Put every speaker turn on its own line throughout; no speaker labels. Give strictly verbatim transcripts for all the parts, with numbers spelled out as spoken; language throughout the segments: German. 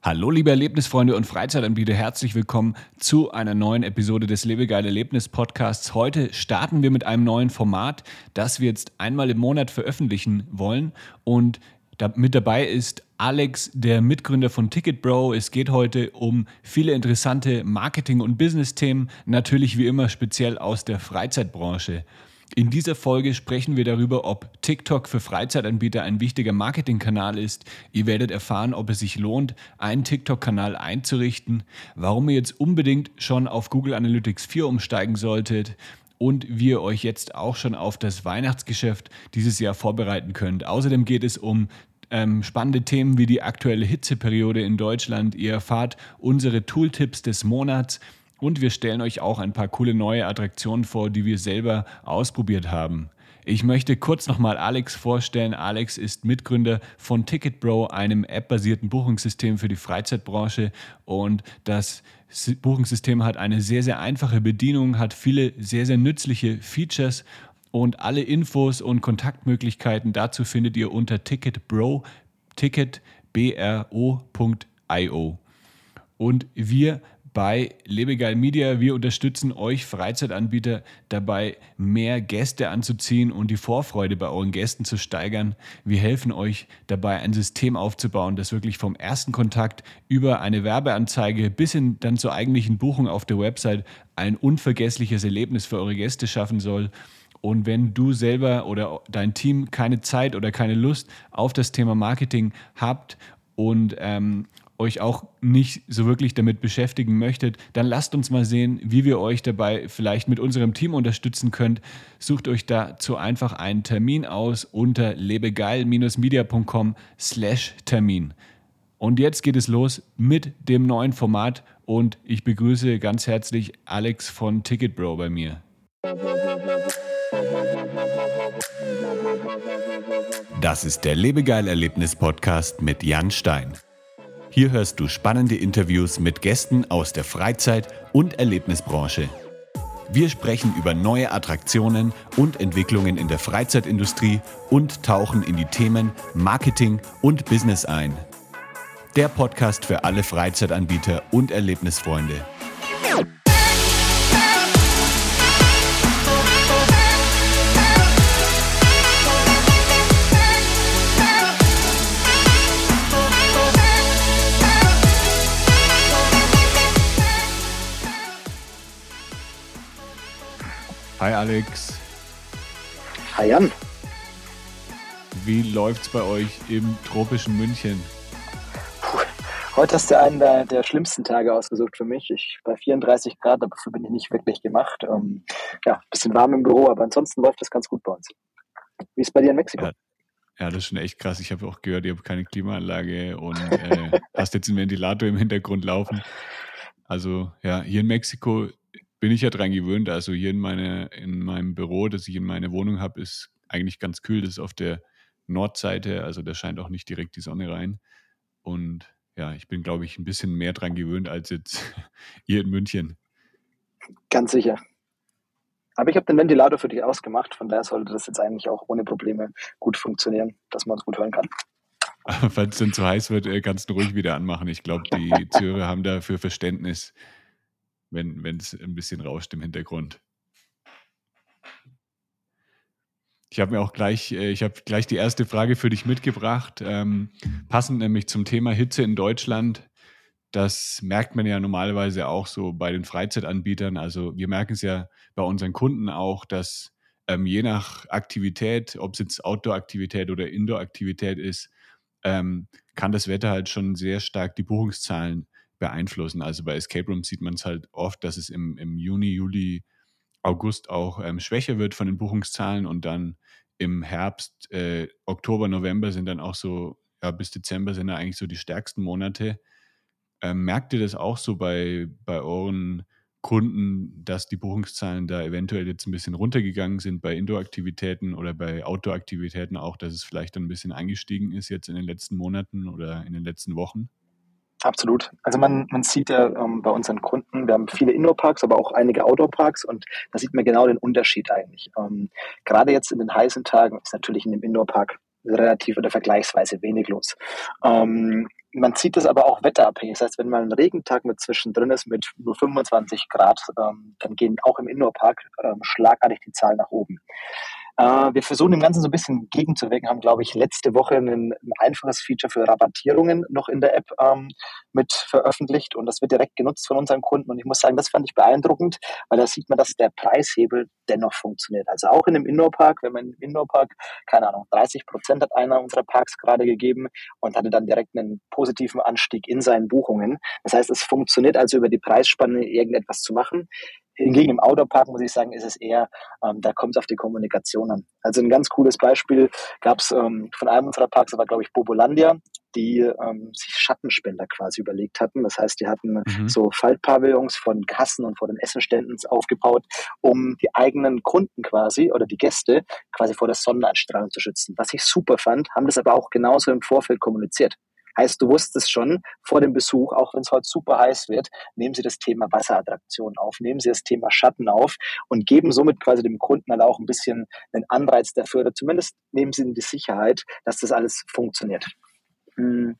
Hallo liebe Erlebnisfreunde und Freizeitanbieter, herzlich willkommen zu einer neuen Episode des Lebegeil Erlebnis Podcasts. Heute starten wir mit einem neuen Format, das wir jetzt einmal im Monat veröffentlichen wollen, und da, mit dabei ist Alex, der Mitgründer von TicketBro. Es geht heute um viele interessante Marketing- und Business-Themen, natürlich wie immer speziell aus der Freizeitbranche. In dieser Folge sprechen wir darüber, ob TikTok für Freizeitanbieter ein wichtiger Marketingkanal ist. Ihr werdet erfahren, ob es sich lohnt, einen TikTok-Kanal einzurichten, warum ihr jetzt unbedingt schon auf Google Analytics vier umsteigen solltet und wie ihr euch jetzt auch schon auf das Weihnachtsgeschäft dieses Jahr vorbereiten könnt. Außerdem geht es um ähm, spannende Themen wie die aktuelle Hitzeperiode in Deutschland. Ihr erfahrt unsere Tooltips des Monats. Und wir stellen euch auch ein paar coole neue Attraktionen vor, die wir selber ausprobiert haben. Ich möchte kurz nochmal Alex vorstellen. Alex ist Mitgründer von TicketBro, einem App-basierten Buchungssystem für die Freizeitbranche. Und das Buchungssystem hat eine sehr, sehr einfache Bedienung, hat viele sehr, sehr nützliche Features. Und alle Infos und Kontaktmöglichkeiten dazu findet ihr unter TicketBro, ticket b r o punkt i o. Und wir bei Lebegeil Media, wir unterstützen euch Freizeitanbieter dabei, mehr Gäste anzuziehen und die Vorfreude bei euren Gästen zu steigern. Wir helfen euch dabei, ein System aufzubauen, das wirklich vom ersten Kontakt über eine Werbeanzeige bis hin dann zur eigentlichen Buchung auf der Website ein unvergessliches Erlebnis für eure Gäste schaffen soll. Und wenn du selber oder dein Team keine Zeit oder keine Lust auf das Thema Marketing habt und ähm, euch auch nicht so wirklich damit beschäftigen möchtet, dann lasst uns mal sehen, wie wir euch dabei vielleicht mit unserem Team unterstützen könnt. Sucht euch dazu einfach einen Termin aus unter lebegeil-media.com slash Termin. Und jetzt geht es los mit dem neuen Format und ich begrüße ganz herzlich Alex von TicketBro bei mir. Das ist der Lebegeil-Erlebnis-Podcast mit Jan Stein. Hier hörst du spannende Interviews mit Gästen aus der Freizeit- und Erlebnisbranche. Wir sprechen über neue Attraktionen und Entwicklungen in der Freizeitindustrie und tauchen in die Themen Marketing und Business ein. Der Podcast für alle Freizeitanbieter und Erlebnisfreunde. Hi Alex.
Hi Jan.
Wie läuft's bei euch im tropischen München?
Puh, heute hast du einen der, der schlimmsten Tage ausgesucht für mich. Ich bei vierunddreißig Grad, dafür bin ich nicht wirklich gemacht. Ähm, ja, bisschen warm im Büro, aber ansonsten läuft das ganz gut bei uns. Wie ist es bei dir in Mexiko?
Ja, ja, das ist schon echt krass. Ich habe auch gehört, ihr habt keine Klimaanlage und äh, hast jetzt einen Ventilator im Hintergrund laufen. Also ja, hier in Mexiko bin ich ja dran gewöhnt. Also hier in, meine, in meinem Büro, das ich in meiner Wohnung habe, ist eigentlich ganz kühl. Das ist auf der Nordseite, also da scheint auch nicht direkt die Sonne rein. Und ja, ich bin, glaube ich, ein bisschen mehr dran gewöhnt als jetzt hier in München.
Ganz sicher. Aber ich habe den Ventilator für dich ausgemacht, von daher sollte das jetzt eigentlich auch ohne Probleme gut funktionieren, dass man uns gut hören kann.
Aber falls es dann zu heiß wird, äh, kannst du ruhig wieder anmachen. Ich glaube, die Zuhörer haben dafür Verständnis, wenn wenn es ein bisschen rauscht im Hintergrund. Ich habe mir auch gleich, äh, ich habe gleich die erste Frage für dich mitgebracht, ähm, passend nämlich zum Thema Hitze in Deutschland. Das merkt man ja normalerweise auch so bei den Freizeitanbietern. Also wir merken es ja bei unseren Kunden auch, dass ähm, je nach Aktivität, ob es jetzt Outdoor-Aktivität oder Indoor-Aktivität ist, ähm, kann das Wetter halt schon sehr stark die Buchungszahlen beeinflussen. Also bei Escape Rooms sieht man es halt oft, dass es im, im Juni, Juli, August auch ähm, schwächer wird von den Buchungszahlen und dann im Herbst, äh, Oktober, November sind dann auch so, ja, bis Dezember sind da eigentlich so die stärksten Monate. Ähm, merkt ihr das auch so bei, bei euren Kunden, dass die Buchungszahlen da eventuell jetzt ein bisschen runtergegangen sind bei Indoor-Aktivitäten oder bei Outdoor-Aktivitäten auch, dass es vielleicht ein bisschen angestiegen ist jetzt in den letzten Monaten oder in den letzten Wochen?
Absolut. Also man, man sieht ja ähm, bei unseren Kunden, wir haben viele Indoor-Parks, aber auch einige Outdoor-Parks und da sieht man genau den Unterschied eigentlich. Ähm, gerade jetzt in den heißen Tagen ist natürlich in dem Indoor-Park relativ oder vergleichsweise wenig los. Ähm, man sieht das aber auch wetterabhängig. Das heißt, wenn mal ein Regentag mit zwischendrin ist mit nur fünfundzwanzig Grad, ähm, dann gehen auch im Indoor-Park ähm, schlagartig die Zahlen nach oben. Äh, wir versuchen dem Ganzen so ein bisschen gegenzuwirken, haben, glaube ich, letzte Woche ein, ein einfaches Feature für Rabattierungen noch in der App ähm, mit veröffentlicht und das wird direkt genutzt von unseren Kunden und ich muss sagen, das fand ich beeindruckend, weil da sieht man, dass der Preishebel dennoch funktioniert. Also auch in einem Indoor-Park, wenn man im Indoor-Park, keine Ahnung, dreißig Prozent hat einer unserer Parks gerade gegeben und hatte dann direkt einen positiven Anstieg in seinen Buchungen. Das heißt, es funktioniert also über die Preisspanne irgendetwas zu machen. Hingegen im Outdoor-Park, muss ich sagen, ist es eher, ähm, da kommt es auf die Kommunikation an. Also ein ganz cooles Beispiel gab es ähm, von einem unserer Parks, das war, glaube ich, Bobolandia, die ähm, sich Schattenspender quasi überlegt hatten. Das heißt, die hatten
Mhm.
so Faltpavillons von Kassen und vor den Essenständen aufgebaut, um die eigenen Kunden quasi oder die Gäste quasi vor der Sonneneinstrahlung zu schützen. Was ich super fand, haben das aber auch genauso im Vorfeld kommuniziert. Heißt, du wusstest schon vor dem Besuch, auch wenn es heute super heiß wird, nehmen Sie das Thema Wasserattraktion auf, nehmen Sie das Thema Schatten auf und geben somit quasi dem Kunden dann auch ein bisschen einen Anreiz dafür, oder zumindest nehmen Sie ihm die Sicherheit, dass das alles funktioniert. Hm.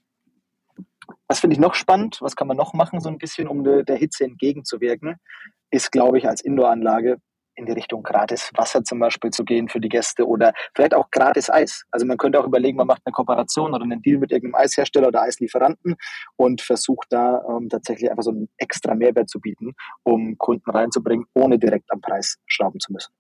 Was finde ich noch spannend? Was kann man noch machen, so ein bisschen, um de, der Hitze entgegenzuwirken? Ist, glaube ich, als Indoor-Anlage in die Richtung gratis Wasser zum Beispiel zu gehen für die Gäste oder vielleicht auch gratis Eis. Also man könnte auch überlegen, man macht eine Kooperation oder einen Deal mit irgendeinem Eishersteller oder Eislieferanten und versucht da ähm, tatsächlich einfach so einen extra Mehrwert zu bieten, um Kunden reinzubringen, ohne direkt am Preis schrauben zu müssen.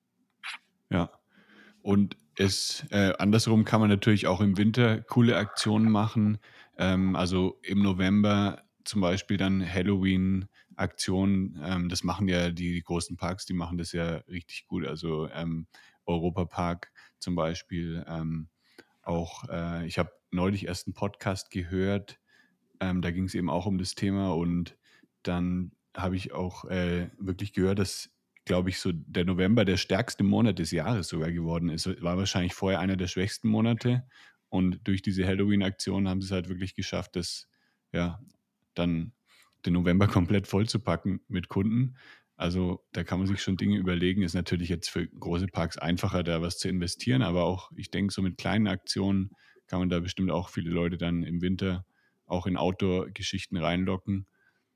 Ja. Und es äh, andersrum kann man natürlich auch im Winter coole Aktionen machen. Ähm, also im November zum Beispiel dann Halloween-Aktionen. Ähm, das machen ja die, die großen Parks, die machen das ja richtig gut. Also ähm, Europa-Park zum Beispiel. Ähm, auch äh, ich habe neulich erst einen Podcast gehört. Ähm, da ging es eben auch um das Thema und dann habe ich auch äh, wirklich gehört, dass, glaube ich, so der November der stärkste Monat des Jahres sogar geworden ist. War wahrscheinlich vorher einer der schwächsten Monate und durch diese Halloween-Aktion haben sie es halt wirklich geschafft, das ja dann den November komplett vollzupacken mit Kunden. Also da kann man sich schon Dinge überlegen. Ist natürlich jetzt für große Parks einfacher, da was zu investieren, aber auch, ich denke, so mit kleinen Aktionen kann man da bestimmt auch viele Leute dann im Winter auch in Outdoor-Geschichten reinlocken.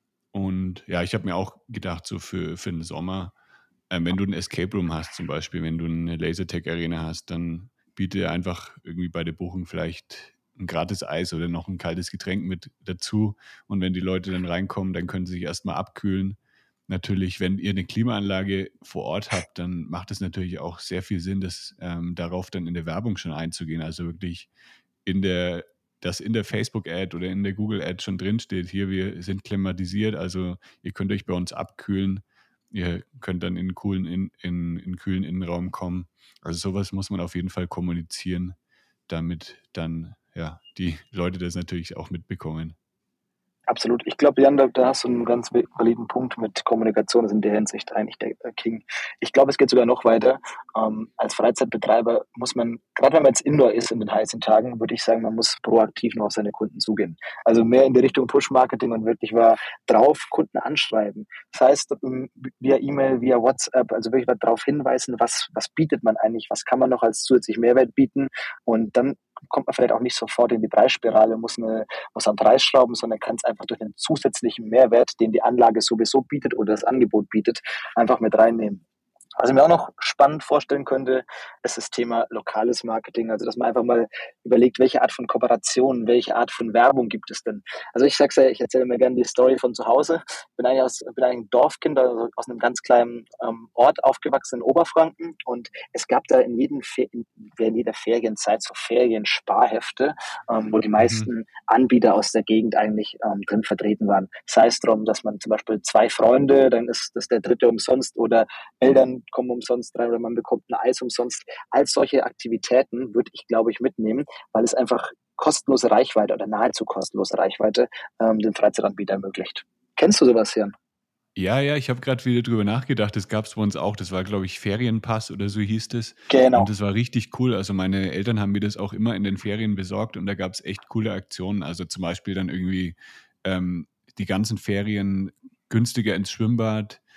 Und ja, ich habe mir auch gedacht, so für, für den Sommer, äh, wenn du ein Escape Room hast zum Beispiel, wenn du eine Lasertag-Arena hast, dann biete einfach irgendwie bei der Buchung vielleicht ein gratis Eis oder noch ein kaltes Getränk mit dazu. Und wenn die Leute dann reinkommen, dann können sie sich erstmal abkühlen. Natürlich, wenn ihr eine Klimaanlage vor Ort habt, dann macht es natürlich auch sehr viel Sinn, das ähm, darauf dann in der Werbung schon einzugehen. Also wirklich in der, dass in der Facebook-Ad oder in der Google-Ad schon drinsteht, hier, wir sind klimatisiert, also ihr könnt euch bei uns abkühlen, ihr könnt dann in einen coolen, in, in, in einen kühlen Innenraum kommen. Also sowas muss man auf jeden Fall kommunizieren, damit dann ja die Leute das natürlich auch mitbekommen.
Absolut. Ich glaube, Jan, da, da hast du einen ganz validen Punkt mit Kommunikation, ist in der Hinsicht eigentlich der, der King. Ich glaube, es geht sogar noch weiter. Ähm, als Freizeitbetreiber muss man, gerade wenn man jetzt Indoor ist in den heißen Tagen, würde ich sagen, man muss proaktiv noch auf seine Kunden zugehen. Also mehr in die Richtung Push-Marketing und wirklich war drauf Kunden anschreiben. Das heißt, ähm, via E-Mail, via WhatsApp, also wirklich mal darauf hinweisen, was, was bietet man eigentlich, was kann man noch als zusätzlichen Mehrwert bieten und dann kommt man vielleicht auch nicht sofort in die Preisspirale, muss, eine, muss am Preis schrauben, sondern kann es einfach durch einen zusätzlichen Mehrwert, den die Anlage sowieso bietet oder das Angebot bietet, einfach mit reinnehmen. Was ich mir auch noch spannend vorstellen könnte, ist das Thema lokales Marketing. Also, dass man einfach mal überlegt, welche Art von Kooperation, welche Art von Werbung gibt es denn? Also, ich sag's ja, ich erzähle mir gerne die Story von zu Hause. Ich bin eigentlich aus, bin eigentlich ein Dorfkind, also aus einem ganz kleinen ähm, Ort aufgewachsen in Oberfranken. Und es gab da in, jedem Fe in jeder Ferienzeit so Feriensparhefte, ähm, wo die
Mhm.
meisten Anbieter aus der Gegend eigentlich ähm, drin vertreten waren. Sei es darum, dass man zum Beispiel zwei Freunde, dann ist das der dritte umsonst oder Eltern kommen umsonst rein oder man bekommt ein Eis umsonst. All solche Aktivitäten würde ich, glaube ich, mitnehmen, weil es einfach kostenlose Reichweite oder nahezu kostenlose Reichweite ähm, den Freizeitanbieter ermöglicht. Kennst du sowas, Jan?
Ja, ja, ich habe gerade wieder drüber nachgedacht. Das gab es bei uns auch. Das war, glaube ich, Ferienpass oder so hieß es. Und
Genau.
das war richtig cool. Also meine Eltern haben mir das auch immer in den Ferien besorgt und da gab es echt coole Aktionen. Also zum Beispiel dann irgendwie ähm, die ganzen Ferien günstiger ins Schwimmbad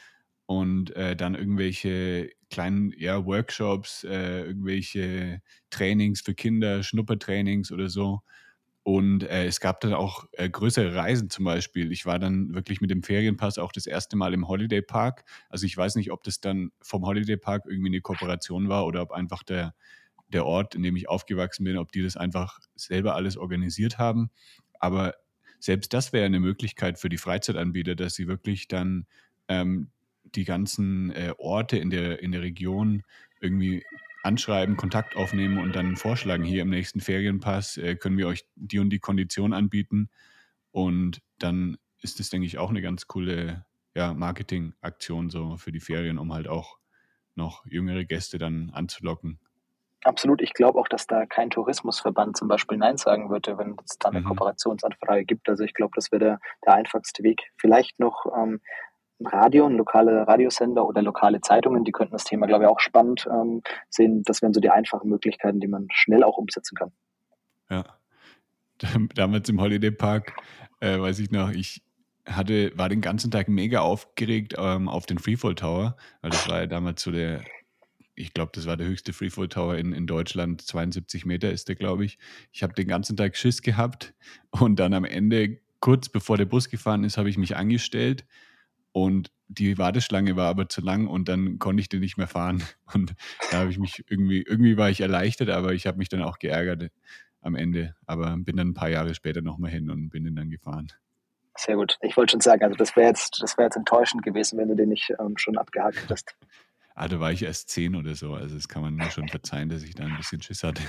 und äh, dann irgendwelche kleinen ja, Workshops, äh, irgendwelche Trainings für Kinder, Schnuppertrainings oder so. Und äh, es gab dann auch äh, größere Reisen zum Beispiel. Ich war dann wirklich mit dem Ferienpass auch das erste Mal im Holiday Park. Also ich weiß nicht, ob das dann vom Holiday Park irgendwie eine Kooperation war oder ob einfach der, der Ort, in dem ich aufgewachsen bin, ob die das einfach selber alles organisiert haben. Aber selbst das wäre eine Möglichkeit für die Freizeitanbieter, dass sie wirklich dann ähm, die ganzen äh, Orte in der, in der Region irgendwie anschreiben, Kontakt aufnehmen und dann vorschlagen, hier im nächsten Ferienpass äh, können wir euch die und die Kondition anbieten. Und dann ist das, denke ich, auch eine ganz coole ja, Marketingaktion so für die Ferien, um halt auch noch jüngere Gäste dann anzulocken.
Absolut. Ich glaube auch, dass da kein Tourismusverband zum Beispiel Nein sagen würde, wenn es da eine
Mhm.
Kooperationsanfrage gibt. Also ich glaube, das wäre der, der einfachste Weg. Vielleicht noch ähm, ein Radio, ein lokaler Radiosender oder lokale Zeitungen, die könnten das Thema, glaube ich, auch spannend ähm, sehen. Das wären so die einfachen Möglichkeiten, die man schnell auch umsetzen kann.
Ja. Damals im Holiday Park, äh, weiß ich noch, ich hatte, war den ganzen Tag mega aufgeregt ähm, auf den Freefall Tower, weil das war ja damals so der, ich glaube, das war der höchste Freefall Tower in, in Deutschland, zweiundsiebzig Meter ist der, glaube ich. Ich habe den ganzen Tag Schiss gehabt und dann am Ende, kurz bevor der Bus gefahren ist, habe ich mich angestellt und die Warteschlange war aber zu lang und dann konnte ich den nicht mehr fahren. Und da habe ich mich irgendwie, irgendwie war ich erleichtert, aber ich habe mich dann auch geärgert am Ende. Aber bin dann ein paar Jahre später nochmal hin und bin den dann gefahren.
Sehr gut. Ich wollte schon sagen, also das wäre jetzt, das wäre jetzt enttäuschend gewesen, wenn du den nicht ähm, schon abgehakt hättest.
Ah, da war ich erst zehn oder so. Also das kann man mir schon verzeihen, dass ich da ein bisschen Schiss hatte.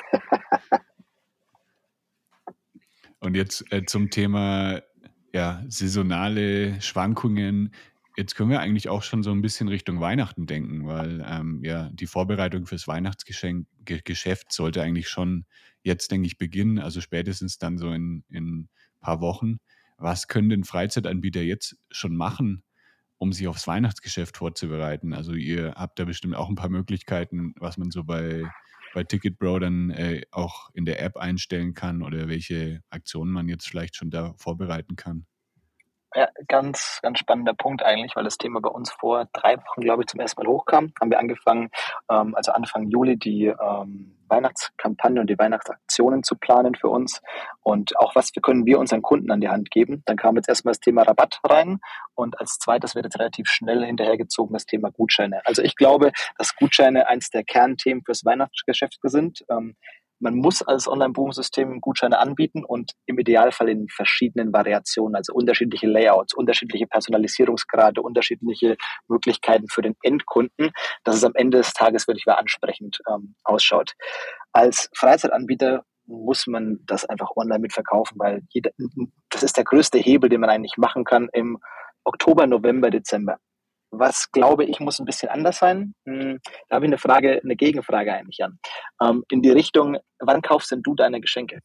Und jetzt äh, zum Thema ja, saisonale Schwankungen. Jetzt können wir eigentlich auch schon so ein bisschen Richtung Weihnachten denken, weil ähm, ja die Vorbereitung fürs Weihnachtsgeschenk Ge- Geschäft sollte eigentlich schon jetzt, denke ich, beginnen, also spätestens dann so in, in ein paar Wochen. Was können denn Freizeitanbieter jetzt schon machen, um sich aufs Weihnachtsgeschäft vorzubereiten? Also ihr habt da bestimmt auch ein paar Möglichkeiten, was man so bei, bei Ticketbro dann äh, auch in der App einstellen kann oder welche Aktionen man jetzt vielleicht schon da vorbereiten kann.
Ja, ganz, ganz spannender Punkt eigentlich, weil das Thema bei uns vor drei Wochen, glaube ich, zum ersten Mal hochkam. Haben wir angefangen, ähm, also Anfang Juli, die ähm, Weihnachtskampagne und die Weihnachtsaktionen zu planen für uns. Und auch was wir können wir unseren Kunden an die Hand geben. Dann kam jetzt erstmal das Thema Rabatt rein und als zweites wird jetzt relativ schnell hinterhergezogen das Thema Gutscheine. Also ich glaube, dass Gutscheine eins der Kernthemen fürs Weihnachtsgeschäft sind. Ähm, Man muss als Online-Buchungssystem Gutscheine anbieten und im Idealfall in verschiedenen Variationen, also unterschiedliche Layouts, unterschiedliche Personalisierungsgrade, unterschiedliche Möglichkeiten für den Endkunden, dass es am Ende des Tages wirklich mal ansprechend ähm, ausschaut. Als Freizeitanbieter muss man das einfach online mitverkaufen, weil jeder, das ist der größte Hebel, den man eigentlich machen kann im Oktober, November, Dezember. Was glaube ich, muss ein bisschen anders sein? Hm, da habe ich eine Frage, eine Gegenfrage eigentlich an. Ähm, in die Richtung, wann kaufst denn du deine Geschenke?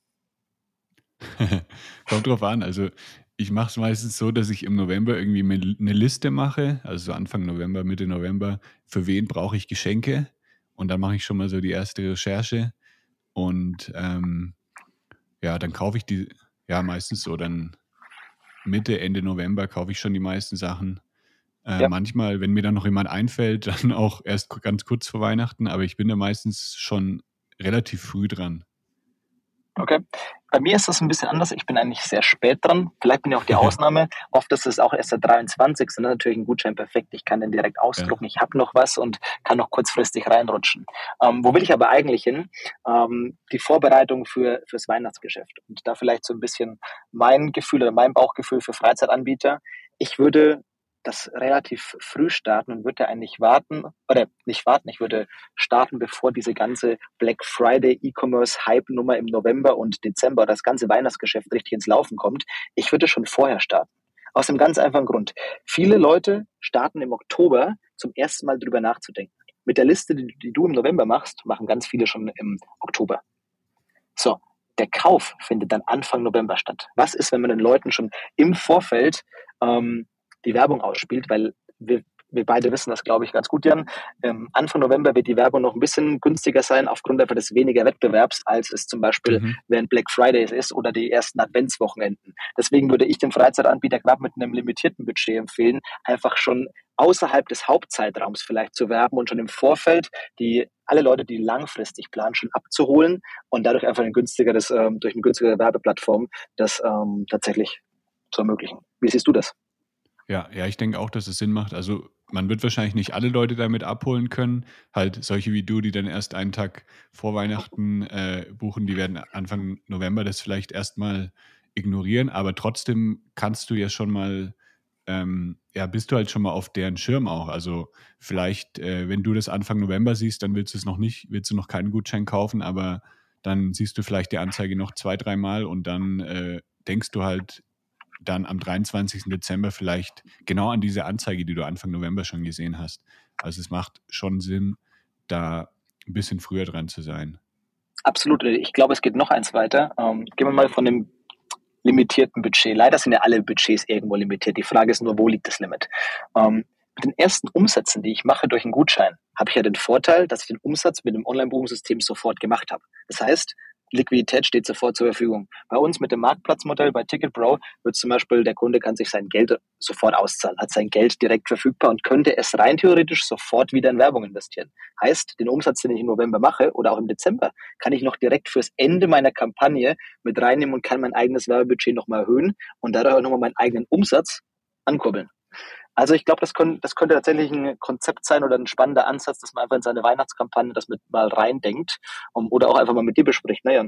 Kommt drauf an. Also ich mache es meistens so, dass ich im November irgendwie mir eine Liste mache, also so Anfang November, Mitte November, für wen brauche ich Geschenke. Und dann mache ich schon mal so die erste Recherche. Und ähm, ja, dann kaufe ich die, ja, meistens so dann Mitte, Ende November kaufe ich schon die meisten Sachen. Äh,
Ja,
manchmal, wenn mir dann noch jemand einfällt, dann auch erst ku- ganz kurz vor Weihnachten, aber ich bin da meistens schon relativ früh dran.
okay. Bei mir ist das ein bisschen anders. Ich bin eigentlich sehr spät dran. Vielleicht bin ich auch die Ausnahme. Oft ist es auch erst der dreiundzwanzigste. Das ist natürlich ein Gutschein perfekt. Ich kann den direkt ausdrucken.
Ja.
Ich habe noch was und kann noch kurzfristig reinrutschen. Ähm, wo will ich aber eigentlich hin? Ähm, die Vorbereitung für fürs Weihnachtsgeschäft. Und da vielleicht so ein bisschen mein Gefühl oder mein Bauchgefühl für Freizeitanbieter. Ich würde das relativ früh starten und würde eigentlich warten, oder nicht warten, ich würde starten, bevor diese ganze Black Friday E-Commerce Hype-Nummer im November und Dezember, das ganze Weihnachtsgeschäft richtig ins Laufen kommt. Ich würde schon vorher starten. Aus einem ganz einfachen Grund. Viele Leute starten im Oktober zum ersten Mal drüber nachzudenken. Mit der Liste, die, die du im November machst, machen ganz viele schon im Oktober. So, der Kauf findet dann Anfang November statt. Was ist, wenn man den Leuten schon im Vorfeld ähm, die Werbung ausspielt? Weil wir wir beide wissen das, glaube ich, ganz gut, Jan. Ähm, Anfang November wird die Werbung noch ein bisschen günstiger sein, aufgrund einfach des weniger Wettbewerbs, als es zum Beispiel
Mhm.
während Black Fridays ist oder die ersten Adventswochenenden. Deswegen würde ich den Freizeitanbieter gerade mit einem limitierten Budget empfehlen, einfach schon außerhalb des Hauptzeitraums vielleicht zu werben und schon im Vorfeld die alle Leute, die langfristig planen, schon abzuholen und dadurch einfach ein günstigeres, ähm, durch eine günstigere Werbeplattform das ähm, tatsächlich zu ermöglichen. Wie siehst du das?
Ja, ja, ich denke auch, dass es Sinn macht. Also man wird wahrscheinlich nicht alle Leute damit abholen können. Halt solche wie du, die dann erst einen Tag vor Weihnachten äh, buchen, die werden Anfang November das vielleicht erstmal ignorieren, aber trotzdem kannst du ja schon mal, ähm, ja, bist du halt schon mal auf deren Schirm auch. Also vielleicht, äh, wenn du das Anfang November siehst, dann willst du es noch nicht, willst du noch keinen Gutschein kaufen, aber dann siehst du vielleicht die Anzeige noch zwei, dreimal und dann äh, denkst du halt dann am dreiundzwanzigsten Dezember vielleicht genau an diese Anzeige, die du Anfang November schon gesehen hast. Also es macht schon Sinn, da ein bisschen früher dran zu sein.
Absolut. Ich glaube, es geht noch eins weiter. Ähm, gehen wir mal von dem limitierten Budget. Leider sind ja alle Budgets irgendwo limitiert. Die Frage ist nur, wo liegt das Limit? Ähm, mit den ersten Umsätzen, die ich mache durch einen Gutschein, habe ich ja den Vorteil, dass ich den Umsatz mit dem Online-Buchungssystem sofort gemacht habe. Das heißt, Liquidität steht sofort zur Verfügung. Bei uns mit dem Marktplatzmodell bei TicketPro wird zum Beispiel, der Kunde kann sich sein Geld sofort auszahlen, hat sein Geld direkt verfügbar und könnte es rein theoretisch sofort wieder in Werbung investieren. Heißt, den Umsatz, den ich im November mache oder auch im Dezember, kann ich noch direkt fürs Ende meiner Kampagne mit reinnehmen und kann mein eigenes Werbebudget nochmal erhöhen und dadurch auch nochmal meinen eigenen Umsatz ankurbeln. Also ich glaube, das, können, das könnte tatsächlich ein Konzept sein oder ein spannender Ansatz, dass man einfach in seine Weihnachtskampagne das mit mal reindenkt um, oder auch einfach mal mit dir bespricht. Naja,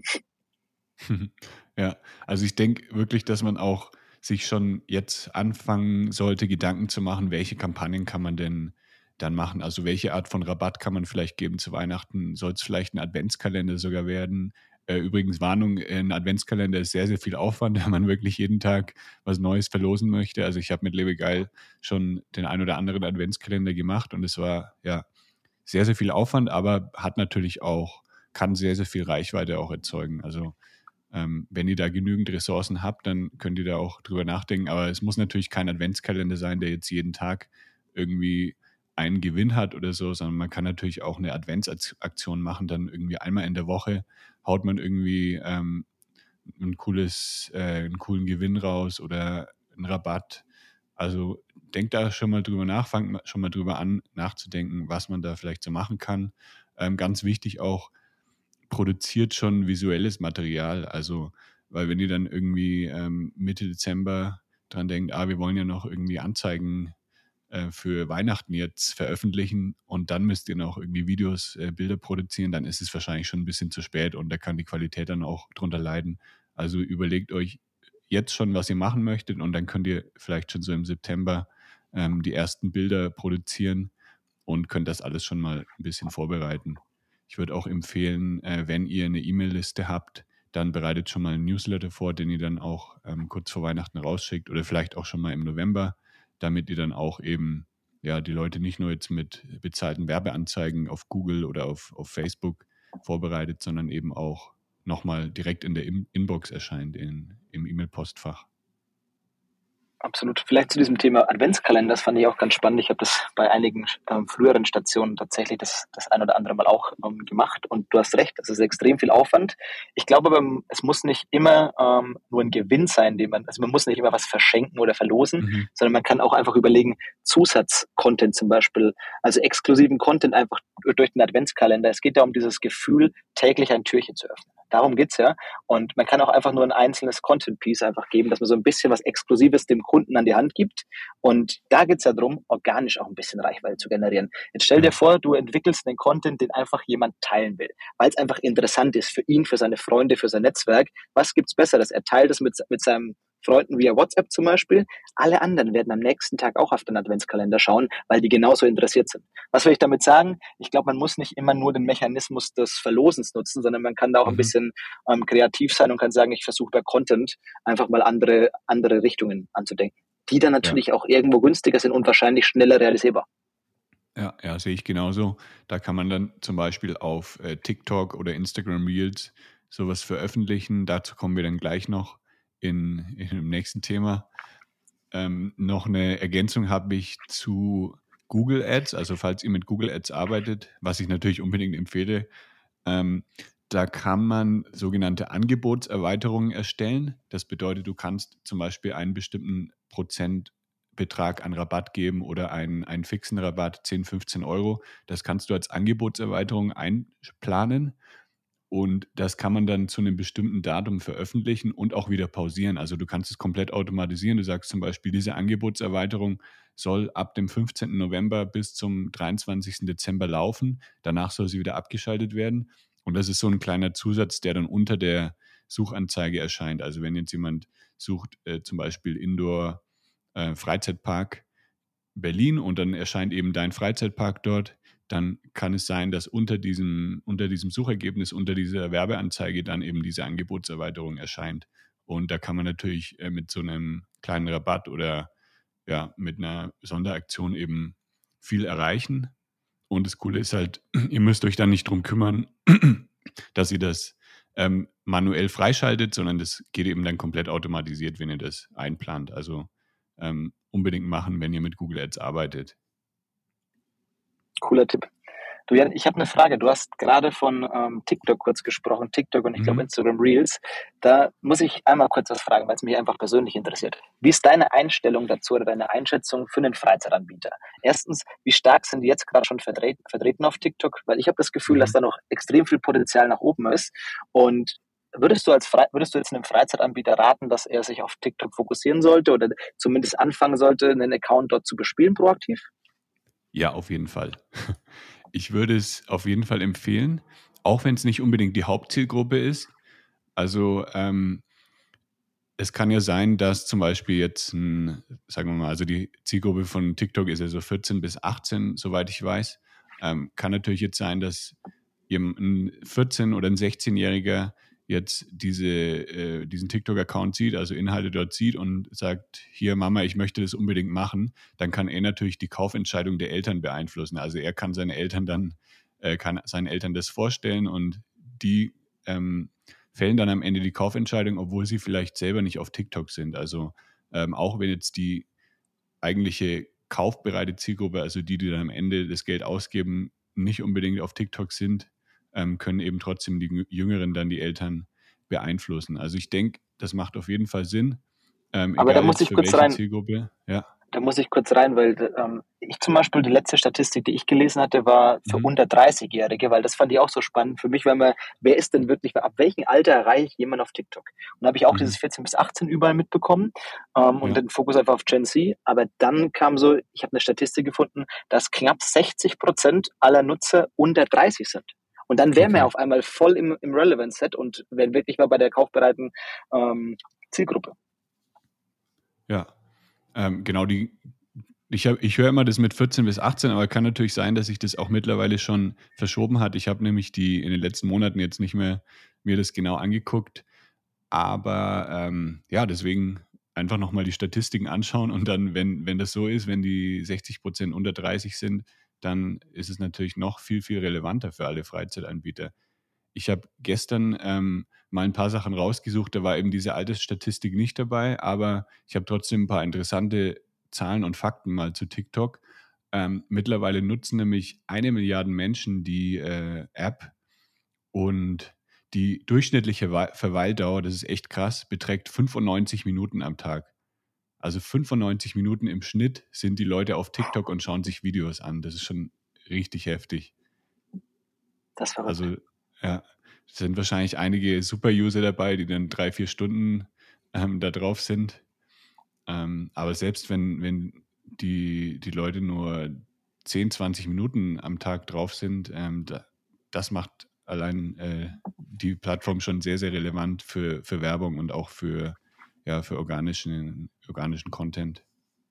Ja, also ich denke wirklich, dass man auch sich schon jetzt anfangen sollte, Gedanken zu machen, welche Kampagnen kann man denn dann machen? Also welche Art von Rabatt kann man vielleicht geben zu Weihnachten? Soll es vielleicht ein Adventskalender sogar werden? Äh, übrigens, Warnung, ein Adventskalender ist sehr, sehr viel Aufwand, wenn man wirklich jeden Tag was Neues verlosen möchte. Also ich habe mit Lebegeil schon den ein oder anderen Adventskalender gemacht und es war ja sehr, sehr viel Aufwand, aber hat natürlich auch, kann sehr, sehr viel Reichweite auch erzeugen. Also ähm, wenn ihr da genügend Ressourcen habt, dann könnt ihr da auch drüber nachdenken. Aber es muss natürlich kein Adventskalender sein, der jetzt jeden Tag irgendwie einen Gewinn hat oder so, sondern man kann natürlich auch eine Adventsaktion machen, dann irgendwie einmal in der Woche haut man irgendwie ähm, ein cooles, äh, einen coolen Gewinn raus oder einen Rabatt. Also denkt da schon mal drüber nach, fangt schon mal drüber an, nachzudenken, was man da vielleicht so machen kann. Ähm, ganz wichtig auch, produziert schon visuelles Material. Also, weil wenn ihr dann irgendwie ähm, Mitte Dezember dran denkt, ah, wir wollen ja noch irgendwie Anzeigen äh, für Weihnachten jetzt veröffentlichen und dann müsst ihr noch irgendwie Videos, äh, Bilder produzieren, dann ist es wahrscheinlich schon ein bisschen zu spät und da kann die Qualität dann auch drunter leiden. Also überlegt euch jetzt schon, was ihr machen möchtet und dann könnt ihr vielleicht schon so im September ähm, die ersten Bilder produzieren und könnt das alles schon mal ein bisschen vorbereiten. Ich würde auch empfehlen, äh, wenn ihr eine E-Mail-Liste habt, dann bereitet schon mal einen Newsletter vor, den ihr dann auch ähm, kurz vor Weihnachten rausschickt oder vielleicht auch schon mal im November, damit ihr dann auch eben ja, die Leute nicht nur jetzt mit bezahlten Werbeanzeigen auf Google oder auf, auf Facebook vorbereitet, sondern eben auch nochmal direkt in der In- Inbox erscheint, in, im E-Mail-Postfach.
absolut. Vielleicht zu diesem Thema Adventskalender, das fand ich auch ganz spannend. Ich habe das bei einigen ähm, früheren Stationen tatsächlich das, das ein oder andere Mal auch ähm, gemacht. Und du hast recht, das ist extrem viel Aufwand. Ich glaube aber, es muss nicht immer ähm, nur ein Gewinn sein, den man, also man muss nicht immer was verschenken oder verlosen,
Mhm.
sondern man kann auch einfach überlegen, Zusatzcontent zum Beispiel, also exklusiven Content einfach durch den Adventskalender. Es geht ja um dieses Gefühl, täglich ein Türchen zu öffnen. Darum geht's ja. Und man kann auch einfach nur ein einzelnes Content-Piece einfach geben, dass man so ein bisschen was Exklusives dem Kunden an die Hand gibt. Und da geht's ja darum, organisch auch ein bisschen Reichweite zu generieren. Jetzt stell dir
Ja.
vor, du entwickelst einen Content, den einfach jemand teilen will, weil es einfach interessant ist für ihn, für seine Freunde, für sein Netzwerk. Was gibt's Besseres? Er teilt es mit, mit seinem Freunden via WhatsApp zum Beispiel. Alle anderen werden am nächsten Tag auch auf den Adventskalender schauen, weil die genauso interessiert sind. Was will ich damit sagen? Ich glaube, man muss nicht immer nur den Mechanismus des Verlosens nutzen, sondern man kann da auch ein
Mhm.
bisschen ähm, kreativ sein und kann sagen, ich versuche bei Content einfach mal andere, andere Richtungen anzudenken, die dann
Ja.
natürlich auch irgendwo günstiger sind und wahrscheinlich schneller realisierbar.
Ja, ja, sehe ich genauso. Da kann man dann zum Beispiel auf äh, TikTok oder Instagram Reels sowas veröffentlichen. Dazu kommen wir dann gleich noch in, in dem nächsten Thema. Ähm, noch eine Ergänzung habe ich zu Google Ads, also falls ihr mit Google Ads arbeitet, was ich natürlich unbedingt empfehle, ähm, da kann man sogenannte Angebotserweiterungen erstellen. Das bedeutet, du kannst zum Beispiel einen bestimmten Prozentbetrag an Rabatt geben oder einen, einen fixen Rabatt, zehn, fünfzehn Euro. Das kannst du als Angebotserweiterung einplanen. Und das kann man dann zu einem bestimmten Datum veröffentlichen und auch wieder pausieren. Also du kannst es komplett automatisieren. Du sagst zum Beispiel, diese Angebotserweiterung soll ab dem fünfzehnten November bis zum dreiundzwanzigsten Dezember laufen. Danach soll sie wieder abgeschaltet werden. Und das ist so ein kleiner Zusatz, der dann unter der Suchanzeige erscheint. Also wenn jetzt jemand sucht, äh, zum Beispiel Indoor äh, Freizeitpark Berlin und dann erscheint eben dein Freizeitpark dort, dann kann es sein, dass unter diesem, unter diesem Suchergebnis, unter dieser Werbeanzeige dann eben diese Angebotserweiterung erscheint. Und da kann man natürlich äh, mit so einem kleinen Rabatt oder ja, mit einer Sonderaktion eben viel erreichen. Und das Coole ist halt, ihr müsst euch dann nicht drum kümmern, dass ihr das ähm, manuell freischaltet, sondern das geht eben dann komplett automatisiert, wenn ihr das einplant. Also ähm, unbedingt machen, wenn ihr mit Google Ads arbeitet.
Cooler Tipp. Du, Jan, ich habe eine Frage. Du hast gerade von ähm, TikTok kurz gesprochen, TikTok und ich glaube
Mhm.
Instagram Reels. Da muss ich einmal kurz was fragen, weil es mich einfach persönlich interessiert. Wie ist deine Einstellung dazu oder deine Einschätzung für einen Freizeitanbieter? Erstens, wie stark sind die jetzt gerade schon vertreten, vertreten auf TikTok? Weil ich habe das Gefühl,
Mhm.
dass da noch extrem viel Potenzial nach oben ist. Und würdest du als Fre würdest du jetzt einem Freizeitanbieter raten, dass er sich auf TikTok fokussieren sollte oder zumindest anfangen sollte, einen Account dort zu bespielen proaktiv?
Ja, auf jeden Fall. Ich würde es auf jeden Fall empfehlen, auch wenn es nicht unbedingt die Hauptzielgruppe ist. Also ähm, es kann ja sein, dass zum Beispiel jetzt, ein, sagen wir mal, also die Zielgruppe von TikTok ist ja so vierzehn bis achtzehn, soweit ich weiß. Ähm, kann natürlich jetzt sein, dass eben ein vierzehn- oder ein sechzehnjähriger jetzt diese, äh, diesen TikTok-Account sieht, also Inhalte dort sieht und sagt, hier Mama, ich möchte das unbedingt machen, dann kann er natürlich die Kaufentscheidung der Eltern beeinflussen. Also er kann seine Eltern dann, äh, kann seinen Eltern das vorstellen und die ähm, fällen dann am Ende die Kaufentscheidung, obwohl sie vielleicht selber nicht auf TikTok sind. Also ähm, auch wenn jetzt die eigentliche kaufbereite Zielgruppe, also die, die dann am Ende das Geld ausgeben, nicht unbedingt auf TikTok sind, ähm, können eben trotzdem die Jüngeren dann die Eltern beeinflussen. Also ich denke, das macht auf jeden Fall Sinn, ähm,
Aber da
egal
muss
jetzt
ich
für
kurz
welche
rein,
Zielgruppe. Ja.
Da muss ich kurz rein, weil ähm, ich zum Beispiel die letzte Statistik, die ich gelesen hatte, war für
Mhm.
unter dreißig-Jährige, weil das fand ich auch so spannend für mich, weil man, wer ist denn wirklich, ab welchem Alter erreiche ich jemanden auf TikTok? Und da habe ich auch
Mhm.
dieses vierzehn bis achtzehn überall mitbekommen ähm, und
Ja.
den Fokus einfach auf Gen Z. Aber dann kam so, ich habe eine Statistik gefunden, dass knapp sechzig Prozent aller Nutzer unter dreißig sind. Und dann wären wir
Okay.
auf einmal voll im, im Relevance-Set und wären wirklich mal bei der kaufbereiten ähm, Zielgruppe.
Ja. Ähm, genau, die, ich, hab, ich höre immer das mit vierzehn bis achtzehn, aber kann natürlich sein, dass sich das auch mittlerweile schon verschoben hat. Ich habe nämlich die in den letzten Monaten jetzt nicht mehr mir das genau angeguckt. Aber ähm, ja, deswegen einfach nochmal die Statistiken anschauen und dann, wenn, wenn das so ist, wenn die sechzig Prozent unter dreißig sind, dann ist es natürlich noch viel, viel relevanter für alle Freizeitanbieter. Ich habe gestern ähm, mal ein paar Sachen rausgesucht, da war eben diese Altersstatistik nicht dabei, aber ich habe trotzdem ein paar interessante Zahlen und Fakten mal zu TikTok. Ähm, mittlerweile nutzen nämlich eine Milliarde Menschen die äh, App und die durchschnittliche Wa- Verweildauer, das ist echt krass, beträgt fünfundneunzig Minuten am Tag. Also fünfundneunzig Minuten im Schnitt sind die Leute auf TikTok und schauen sich Videos an. Das ist schon richtig heftig.
Das ist verrückt.
Also ja, es sind wahrscheinlich einige Super-User dabei, die dann drei, vier Stunden ähm, da drauf sind. Ähm, aber selbst wenn, wenn die, die Leute nur zehn, zwanzig Minuten am Tag drauf sind, ähm, da, das macht allein äh, die Plattform schon sehr, sehr relevant für, für Werbung und auch für, ja, für organischen, organischen Content.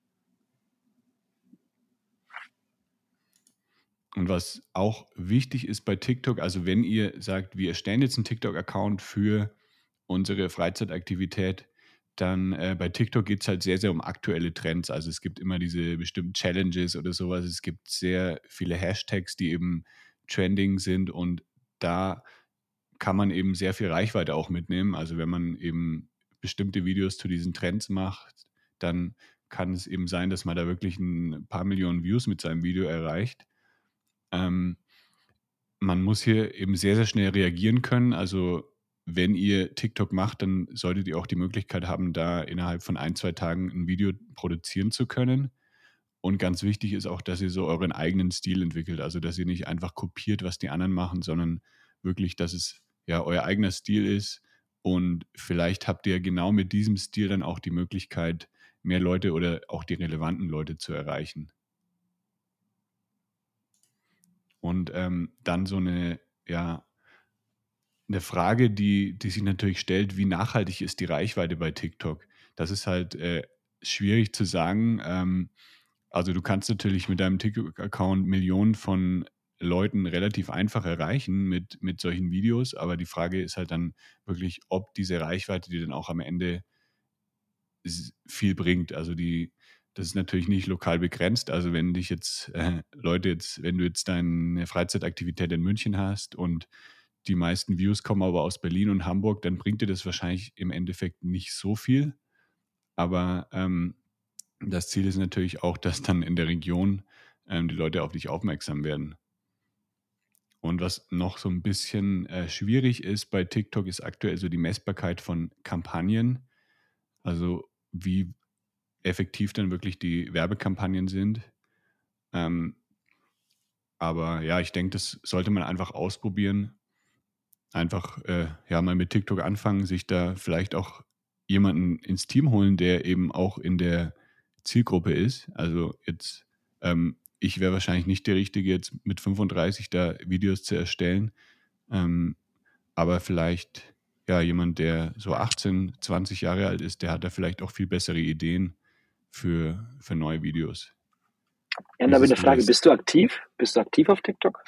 Und was auch wichtig ist bei TikTok, also wenn ihr sagt, wir erstellen jetzt einen TikTok-Account für unsere Freizeitaktivität, dann äh, bei TikTok geht es halt sehr, sehr um aktuelle Trends. Also es gibt immer diese bestimmten Challenges oder sowas. Es gibt sehr viele Hashtags, die eben trending sind und da kann man eben sehr viel Reichweite auch mitnehmen. Also wenn man eben bestimmte Videos zu diesen Trends macht, dann kann es eben sein, dass man da wirklich ein paar Millionen Views mit seinem Video erreicht. Ähm, man muss hier eben sehr, sehr schnell reagieren können. Also wenn ihr TikTok macht, dann solltet ihr auch die Möglichkeit haben, da innerhalb von ein, zwei Tagen ein Video produzieren zu können. Und ganz wichtig ist auch, dass ihr so euren eigenen Stil entwickelt. Also dass ihr nicht einfach kopiert, was die anderen machen, sondern wirklich, dass es ja euer eigener Stil ist. Und vielleicht habt ihr genau mit diesem Stil dann auch die Möglichkeit, mehr Leute oder auch die relevanten Leute zu erreichen. Und ähm, dann so eine, ja, eine Frage, die, die sich natürlich stellt, wie nachhaltig ist die Reichweite bei TikTok? Das ist halt äh, schwierig zu sagen. Ähm, also du kannst natürlich mit deinem TikTok-Account Millionen von Leuten relativ einfach erreichen mit, mit solchen Videos, aber die Frage ist halt dann wirklich, ob diese Reichweite dir dann auch am Ende s- viel bringt. Also die, das ist natürlich nicht lokal begrenzt. Also wenn dich jetzt äh, Leute jetzt, wenn du jetzt deine Freizeitaktivität in München hast und die meisten Views kommen aber aus Berlin und Hamburg, dann bringt dir das wahrscheinlich im Endeffekt nicht so viel. Aber ähm, das Ziel ist natürlich auch, dass dann in der Region ähm, die Leute auf dich aufmerksam werden. Und was noch so ein bisschen äh, schwierig ist bei TikTok, ist aktuell so die Messbarkeit von Kampagnen. Also wie effektiv dann wirklich die Werbekampagnen sind. Ähm, aber ja, ich denke, das sollte man einfach ausprobieren. Einfach äh, ja mal mit TikTok anfangen, sich da vielleicht auch jemanden ins Team holen, der eben auch in der Zielgruppe ist. Also jetzt, ähm, ich wäre wahrscheinlich nicht der Richtige, jetzt mit fünfunddreißig da Videos zu erstellen. Ähm, aber vielleicht ja jemand, der so achtzehn, zwanzig Jahre alt ist, der hat da vielleicht auch viel bessere Ideen für, für neue Videos.
Ja,
Wie
da habe ich
siehst
eine
du
Frage.
das?
Bist du aktiv? Bist du aktiv auf TikTok?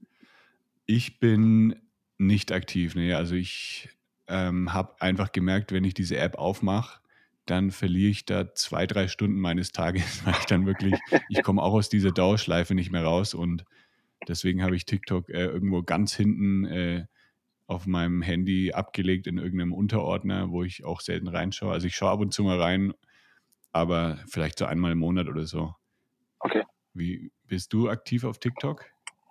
Ich bin nicht aktiv, ne. Also ich ähm, habe einfach gemerkt, wenn ich diese App aufmache, dann verliere ich da zwei, drei Stunden meines Tages, weil ich dann wirklich, ich komme auch aus dieser Dauerschleife nicht mehr raus und deswegen habe ich TikTok äh, irgendwo ganz hinten äh, auf meinem Handy abgelegt in irgendeinem Unterordner, wo ich auch selten reinschaue. Also ich schaue ab und zu mal rein, aber vielleicht so einmal im Monat oder so.
Okay.
Wie bist du aktiv auf TikTok?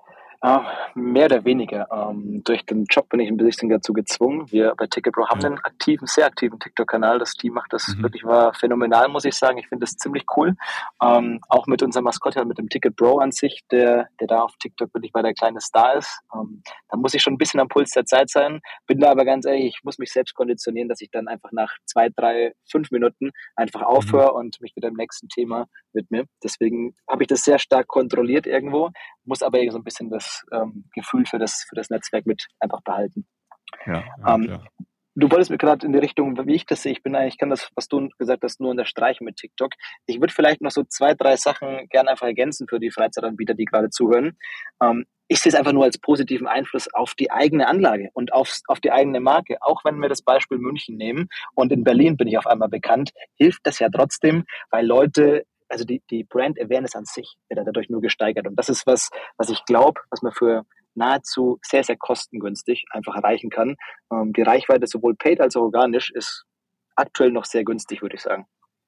Ah, mehr oder weniger. Ähm, durch den Job bin ich ein bisschen dazu gezwungen. Wir bei Ticketpro haben
Ja.
einen aktiven, sehr aktiven TikTok-Kanal. Das Team macht das
Mhm.
wirklich war phänomenal, muss ich sagen. Ich finde das ziemlich cool. Ähm, auch mit unserem Maskottchen, mit dem Ticketpro an sich, der, der da auf TikTok wirklich, weil der kleine Star ist. Ähm, da muss ich schon ein bisschen am Puls der Zeit sein. Bin da aber ganz ehrlich, ich muss mich selbst konditionieren, dass ich dann einfach nach zwei, drei, fünf Minuten einfach
Mhm.
aufhöre und mich wieder dem nächsten Thema widme. Deswegen habe ich das sehr stark kontrolliert irgendwo, muss aber so ein bisschen das ähm, Gefühl für das, für das Netzwerk mit einfach behalten.
Ja, ja,
Ähm,
klar.
Du wolltest mir gerade in die Richtung, wie ich das sehe, ich bin eigentlich, ich kann das, was du gesagt hast, nur unterstreichen mit TikTok. Ich würde vielleicht noch so zwei, drei Sachen gerne einfach ergänzen für die Freizeitanbieter, die gerade zuhören. Ähm, ich sehe es einfach nur als positiven Einfluss auf die eigene Anlage und auf, auf die eigene Marke. Auch wenn wir das Beispiel München nehmen und in Berlin bin ich auf einmal bekannt, hilft das ja trotzdem, weil Leute, also die, die Brand Awareness an sich wird dadurch nur gesteigert. Und das ist was, was ich glaube, was man für nahezu sehr, sehr kostengünstig einfach erreichen kann. Ähm, die Reichweite sowohl paid als auch organisch ist aktuell noch sehr günstig, würde ich sagen.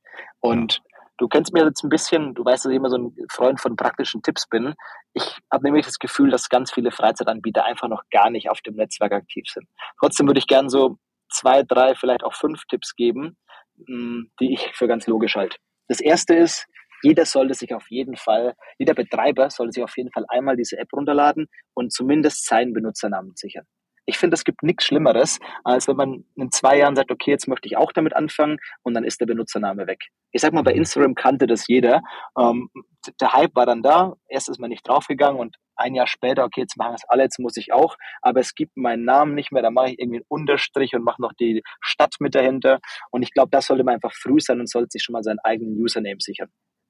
Ja.
Und du kennst mir jetzt ein bisschen, du weißt, dass ich immer so ein Freund von praktischen Tipps bin. Ich habe nämlich das Gefühl, dass ganz viele Freizeitanbieter einfach noch gar nicht auf dem Netzwerk aktiv sind. Trotzdem würde ich gerne so zwei, drei, vielleicht auch fünf Tipps geben, mh, die ich für ganz logisch halte. Das erste ist, jeder sollte sich auf jeden Fall, jeder Betreiber sollte sich auf jeden Fall einmal diese App runterladen und zumindest seinen Benutzernamen sichern. Ich finde, es gibt nichts Schlimmeres, als wenn man in zwei Jahren sagt, okay, jetzt möchte ich auch damit anfangen und dann ist der Benutzername weg. Ich sag mal, bei
Mhm.
Instagram kannte das jeder. Ähm, der Hype war dann da, erst ist man nicht draufgegangen und ein Jahr später, okay, jetzt machen es alle, jetzt muss ich auch, aber es gibt meinen Namen nicht mehr, da mache ich irgendwie einen Unterstrich und mache noch die Stadt mit dahinter und ich glaube, das sollte man einfach früh sein und sollte sich schon mal seinen eigenen Username sichern.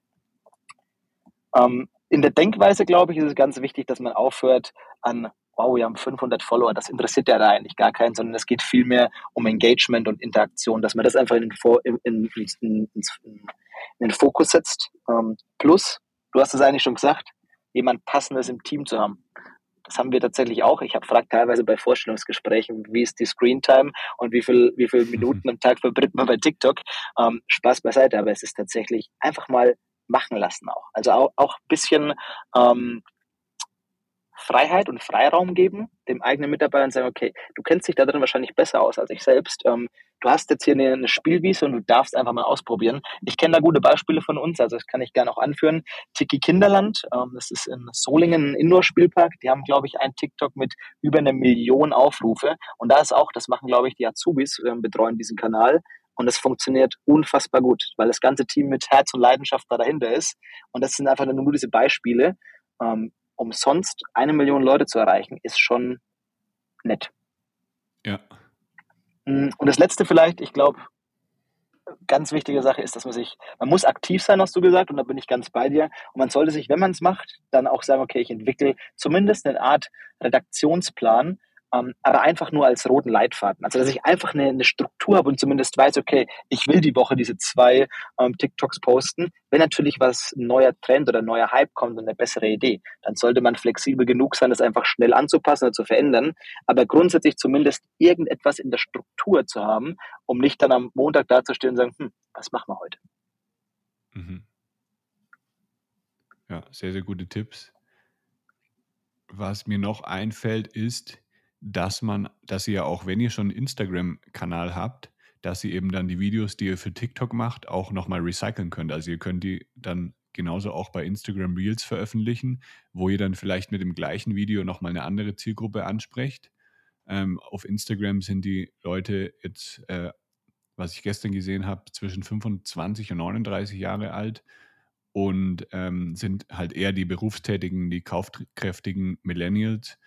Ähm, in der Denkweise, glaube ich, ist es ganz wichtig, dass man aufhört an, wow, wir haben fünfhundert Follower, das interessiert ja da eigentlich gar keinen, sondern es geht vielmehr um Engagement und Interaktion, dass man das einfach in den, in, in, in, in den Fokus setzt. Ähm, plus, du hast es eigentlich schon gesagt, jemand Passendes im Team zu haben. das haben wir tatsächlich auch. Ich habe fragt teilweise bei Vorstellungsgesprächen, wie ist die Screentime und wie viel, wie viele Minuten am Tag verbringt man bei TikTok. Ähm, Spaß beiseite, aber es ist tatsächlich einfach mal machen lassen auch. Also auch, auch ein bisschen ähm, Freiheit und Freiraum geben, dem eigenen Mitarbeiter und sagen, okay, du kennst dich da drin wahrscheinlich besser aus als ich selbst. Ähm, du hast jetzt hier eine, eine Spielwiese und du darfst einfach mal ausprobieren. Ich kenne da gute Beispiele von uns, also das kann ich gerne auch anführen. Tiki Kinderland, ähm, das ist in Solingen ein Indoor-Spielpark. Die haben, glaube ich, ein TikTok mit über eine Million Aufrufe. Und da ist auch, das machen, glaube ich, die Azubis, ähm, betreuen diesen Kanal. Und das funktioniert unfassbar gut, weil das ganze Team mit Herz und Leidenschaft da dahinter ist. Und das sind einfach nur diese Beispiele. Ähm, umsonst eine Million Leute zu erreichen, ist schon nett.
Ja.
Und das Letzte vielleicht, ich glaube, ganz wichtige Sache ist, dass man sich, man muss aktiv sein, hast du gesagt, und da bin ich ganz bei dir. Und man sollte sich, wenn man es macht, dann auch sagen, okay, ich entwickle zumindest eine Art Redaktionsplan, ähm, aber einfach nur als roten Leitfaden. Also, dass ich einfach eine, eine Struktur habe und zumindest weiß, okay, ich will die Woche diese zwei ähm, TikToks posten. Wenn natürlich was ein neuer Trend oder ein neuer Hype kommt und eine bessere Idee, dann sollte man flexibel genug sein, das einfach schnell anzupassen oder zu verändern. Aber grundsätzlich zumindest irgendetwas in der Struktur zu haben, um nicht dann am Montag dazustehen und sagen, hm, was machen wir heute?
Mhm. Ja, sehr, sehr gute Tipps. Was mir noch einfällt, ist, dass man, dass ihr ja auch, wenn ihr schon einen Instagram-Kanal habt, dass ihr eben dann die Videos, die ihr für TikTok macht, auch nochmal recyceln könnt. Also ihr könnt die dann genauso auch bei Instagram Reels veröffentlichen, wo ihr dann vielleicht mit dem gleichen Video nochmal eine andere Zielgruppe ansprecht. Ähm, auf Instagram sind die Leute jetzt, äh, was ich gestern gesehen habe, zwischen fünfundzwanzig und neununddreißig Jahre alt und ähm, sind halt eher die berufstätigen, die kaufkräftigen Millennials.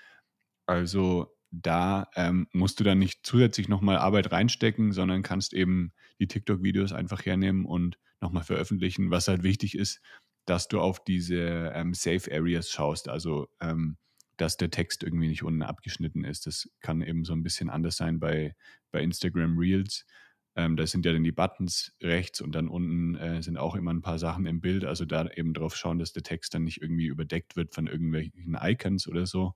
Also da ähm, musst du dann nicht zusätzlich nochmal Arbeit reinstecken, sondern kannst eben die TikTok-Videos einfach hernehmen und nochmal veröffentlichen. Was halt wichtig ist, dass du auf diese ähm, Safe Areas schaust, also ähm, dass der Text irgendwie nicht unten abgeschnitten ist. Das kann eben so ein bisschen anders sein bei, bei Instagram Reels. Ähm, da sind ja dann die Buttons rechts und dann unten äh, sind auch immer ein paar Sachen im Bild. Also da eben drauf schauen, dass der Text dann nicht irgendwie überdeckt wird von irgendwelchen Icons oder so.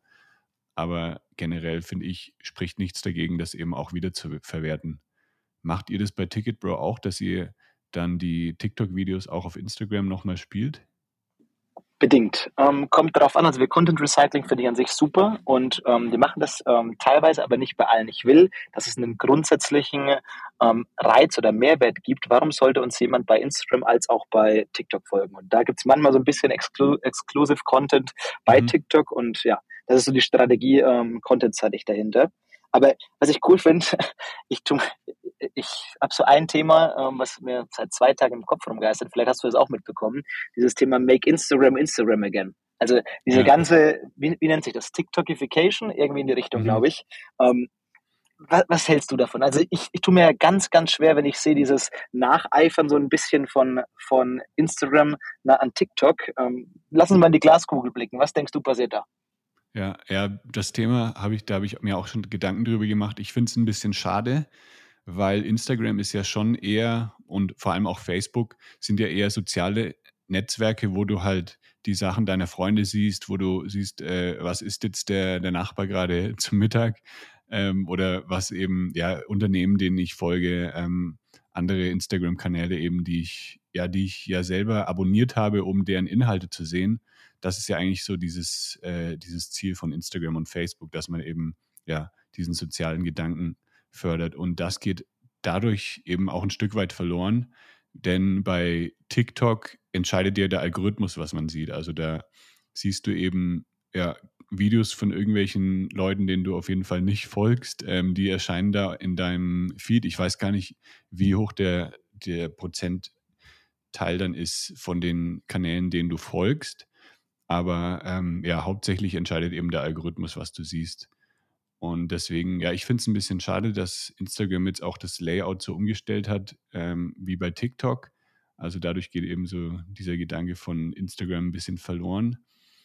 Aber generell finde ich, spricht nichts dagegen, das eben auch wieder zu verwerten. Macht ihr das bei Ticketbro auch, dass ihr dann die TikTok-Videos auch auf Instagram nochmal spielt?
Bedingt. Ähm, kommt darauf an, also wir Content Recycling finde ich an sich super und ähm, wir machen das ähm, teilweise, aber nicht bei allen. Ich will, dass es einen grundsätzlichen ähm, Reiz oder Mehrwert gibt. Warum sollte uns jemand bei Instagram als auch bei TikTok folgen? Und da gibt es manchmal so ein bisschen Exclu Exclusive Content bei
Mhm.
TikTok und ja, das ist so die Strategie ähm, contentseitig dahinter. Aber was ich cool finde, ich tu, ich habe so ein Thema, ähm, was mir seit zwei Tagen im Kopf rumgeistert. Vielleicht hast du das auch mitbekommen, dieses Thema Make Instagram Instagram again. Also diese
Ja.
ganze, wie, wie nennt sich das? TikTokification, irgendwie in die Richtung,
Mhm.
glaube ich. Ähm, was, was hältst du davon? Also ich, ich tue mir ja ganz, ganz schwer, wenn ich sehe dieses Nacheifern so ein bisschen von, von Instagram na, an TikTok. Ähm, lass uns mal in die Glaskugel blicken. Was denkst du, passiert da?
Ja, ja, das Thema habe ich, da habe ich mir auch schon Gedanken drüber gemacht. Ich finde es ein bisschen schade, weil Instagram ist ja schon eher und vor allem auch Facebook sind ja eher soziale Netzwerke, wo du halt die Sachen deiner Freunde siehst, wo du siehst, äh, was isst jetzt der, der Nachbar gerade zum Mittag ähm, oder was eben, ja, Unternehmen, denen ich folge, ähm, andere Instagram-Kanäle eben, die ich, ja, die ich ja selber abonniert habe, um deren Inhalte zu sehen. Das ist ja eigentlich so dieses, äh, dieses Ziel von Instagram und Facebook, dass man eben, ja, diesen sozialen Gedanken fördert. Und das geht dadurch eben auch ein Stück weit verloren, denn bei TikTok entscheidet ja der Algorithmus, was man sieht. Also da siehst du eben, ja, Videos von irgendwelchen Leuten, denen du auf jeden Fall nicht folgst, ähm, die erscheinen da in deinem Feed. Ich weiß gar nicht, wie hoch der, der Prozentteil dann ist von den Kanälen, denen du folgst. Aber ähm, ja, hauptsächlich entscheidet eben der Algorithmus, was du siehst. Und deswegen, ja, ich finde es ein bisschen schade, dass Instagram jetzt auch das Layout so umgestellt hat, ähm, wie bei TikTok. Also dadurch geht eben so dieser Gedanke von Instagram ein bisschen verloren.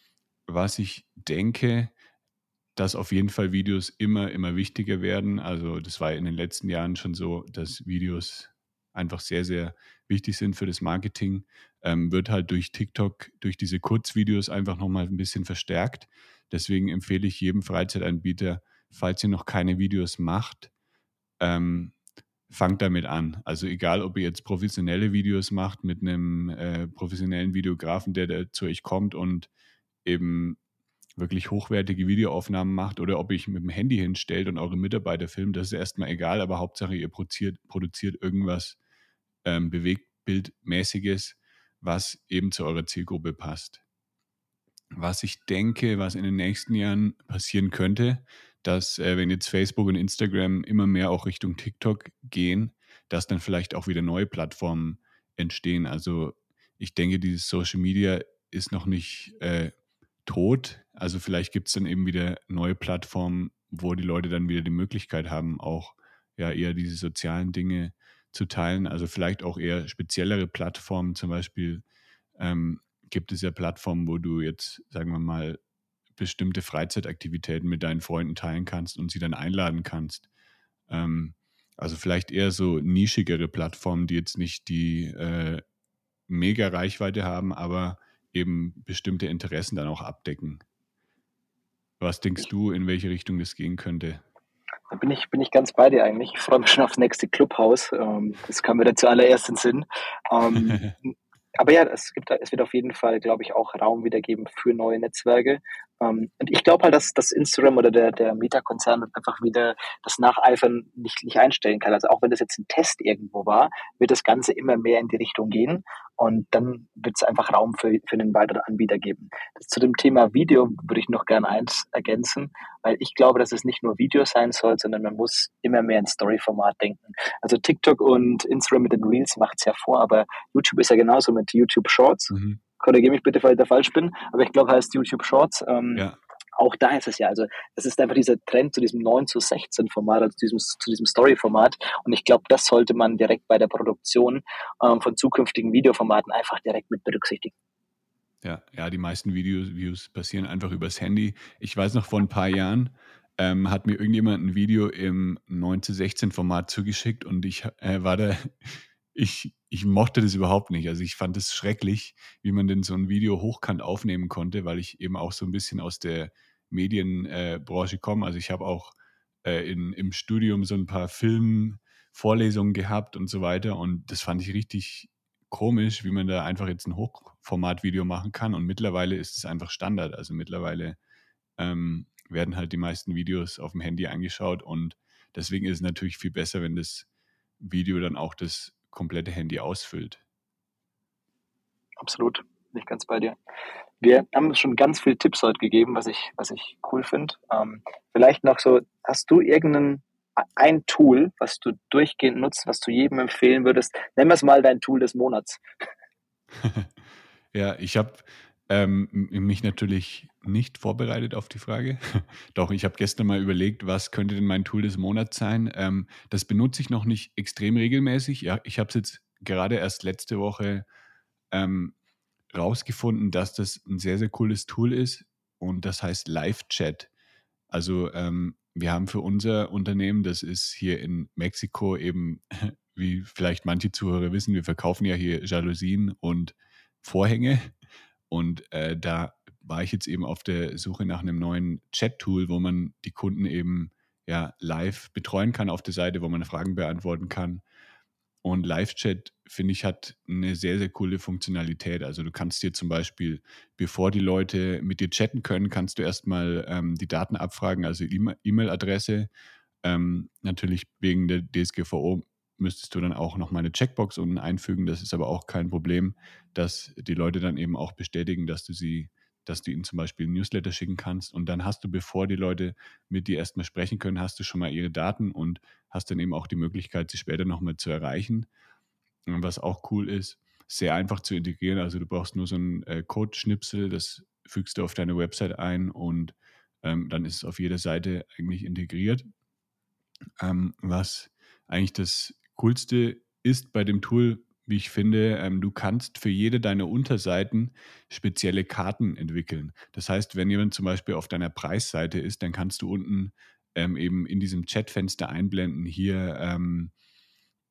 Was ich denke, dass auf jeden Fall Videos immer, immer wichtiger werden. Also das war in den letzten Jahren schon so, dass Videos einfach sehr, sehr wichtig sind für das Marketing, ähm, wird halt durch TikTok, durch diese Kurzvideos einfach nochmal ein bisschen verstärkt. Deswegen empfehle ich jedem Freizeitanbieter, falls ihr noch keine Videos macht, ähm, fangt damit an. Also egal, ob ihr jetzt professionelle Videos macht mit einem äh, professionellen Videografen, der da zu euch kommt und eben wirklich hochwertige Videoaufnahmen macht oder ob ich mit dem Handy hinstellt und eure Mitarbeiter filmt, das ist erstmal egal, aber Hauptsache ihr produziert, produziert irgendwas ähm, Bewegtbildmäßiges, was eben zu eurer Zielgruppe passt. Was ich denke, was in den nächsten Jahren passieren könnte, dass äh, wenn jetzt Facebook und Instagram immer mehr auch Richtung TikTok gehen, dass dann vielleicht auch wieder neue Plattformen entstehen. Also ich denke, dieses Social Media ist noch nicht äh, tot. Also vielleicht gibt es dann eben wieder neue Plattformen, wo die Leute dann wieder die Möglichkeit haben, auch ja eher diese sozialen Dinge zu teilen. Also vielleicht auch eher speziellere Plattformen, zum Beispiel ähm, gibt es ja Plattformen, wo du jetzt, sagen wir mal, bestimmte Freizeitaktivitäten mit deinen Freunden teilen kannst und sie dann einladen kannst. Ähm, also vielleicht eher so nischigere Plattformen, die jetzt nicht die äh, mega Reichweite haben, aber eben bestimmte Interessen dann auch abdecken. Was denkst
Ich,
du, in welche Richtung das gehen könnte?
da bin ich, bin ich ganz bei dir eigentlich. Ich freue mich schon aufs nächste Clubhouse. Ähm, das kam mir da zuallererst in den Sinn. Ähm, aber ja, es gibt, es wird auf jeden Fall, glaube ich, auch Raum wieder geben für neue Netzwerke. Ähm, und ich glaube halt, dass das Instagram oder der, der Meta-Konzern einfach wieder das Nacheifern nicht, nicht einstellen kann. Also auch wenn das jetzt ein Test irgendwo war, wird das Ganze immer mehr in die Richtung gehen. Und dann wird es einfach Raum für, für einen weiteren Anbieter geben. Das, zu dem Thema Video würde ich noch gerne eins ergänzen, weil ich glaube, dass es nicht nur Video sein soll, sondern man muss immer mehr in Story-Format denken. Also TikTok und Instagram mit den Reels macht es ja vor, aber YouTube ist ja genauso mit YouTube Shorts.
Mhm.
Korrigiere mich bitte, falls ich da falsch bin, aber ich glaube, heißt YouTube Shorts. Ähm,
Ja,
auch da ist es ja, also es ist einfach dieser Trend zu diesem neun zu sechzehn Format, also zu diesem, zu diesem Story-Format. Und ich glaube, das sollte man direkt bei der Produktion ähm, von zukünftigen Videoformaten einfach direkt mit berücksichtigen.
ja, ja, die meisten Videos, Views passieren einfach übers Handy. Ich weiß noch, vor ein paar Jahren ähm, hat mir irgendjemand ein Video im neun zu sechzehn Format zugeschickt und ich äh, war da, ich, ich mochte das überhaupt nicht. Also ich fand es schrecklich, wie man denn so ein Video hochkant aufnehmen konnte, weil ich eben auch so ein bisschen aus der Medienbranche äh, Branche komme. Also ich habe auch äh, in, im Studium so ein paar Filmvorlesungen gehabt und so weiter und das fand ich richtig komisch, wie man da einfach jetzt ein Hochformatvideo machen kann und mittlerweile ist es einfach Standard. Also mittlerweile ähm, werden halt die meisten Videos auf dem Handy angeschaut und deswegen ist es natürlich viel besser, wenn das Video dann auch das komplette Handy ausfüllt.
Absolut, bin ich ganz bei dir. Wir haben schon ganz viele Tipps heute gegeben, was ich, was ich cool finde. Ähm, vielleicht noch so, hast du irgendein ein Tool, was du durchgehend nutzt, was du jedem empfehlen würdest? Nenn wir es mal dein Tool des Monats.
Ja, ich habe ähm, m- mich natürlich nicht vorbereitet auf die Frage. Doch, ich habe gestern mal überlegt, was könnte denn mein Tool des Monats sein. Ähm, das benutze ich noch nicht extrem regelmäßig. Ja, ich habe es jetzt gerade erst letzte Woche ähm, rausgefunden, dass das ein sehr, sehr cooles Tool ist und das heißt Live-Chat. Also ähm, wir haben für unser Unternehmen, das ist hier in Mexiko eben, wie vielleicht manche Zuhörer wissen, wir verkaufen ja hier Jalousien und Vorhänge und äh, da war ich jetzt eben auf der Suche nach einem neuen Chat-Tool, wo man die Kunden eben ja live betreuen kann auf der Seite, wo man Fragen beantworten kann. Und Live-Chat, finde ich, hat eine sehr, sehr coole Funktionalität. Also du kannst dir zum Beispiel, bevor die Leute mit dir chatten können, kannst du erstmal ähm, die Daten abfragen, also E- E-Mail-Adresse. Ähm, natürlich wegen der D S G V O müsstest du dann auch noch mal eine Checkbox unten einfügen. Das ist aber auch kein Problem, dass die Leute dann eben auch bestätigen, dass du sie, dass du ihnen zum Beispiel ein Newsletter schicken kannst. Und dann hast du, bevor die Leute mit dir erstmal sprechen können, hast du schon mal ihre Daten und hast dann eben auch die Möglichkeit, sie später nochmal zu erreichen. Und was auch cool ist, sehr einfach zu integrieren. Also du brauchst nur so einen äh, Code-Schnipsel, das fügst du auf deine Website ein und ähm, dann ist es auf jeder Seite eigentlich integriert. Ähm, was eigentlich das Coolste ist bei dem Tool, wie ich finde, ähm, du kannst für jede deiner Unterseiten spezielle Karten entwickeln. Das heißt, wenn jemand zum Beispiel auf deiner Preisseite ist, dann kannst du unten ähm, eben in diesem Chatfenster einblenden, hier ähm,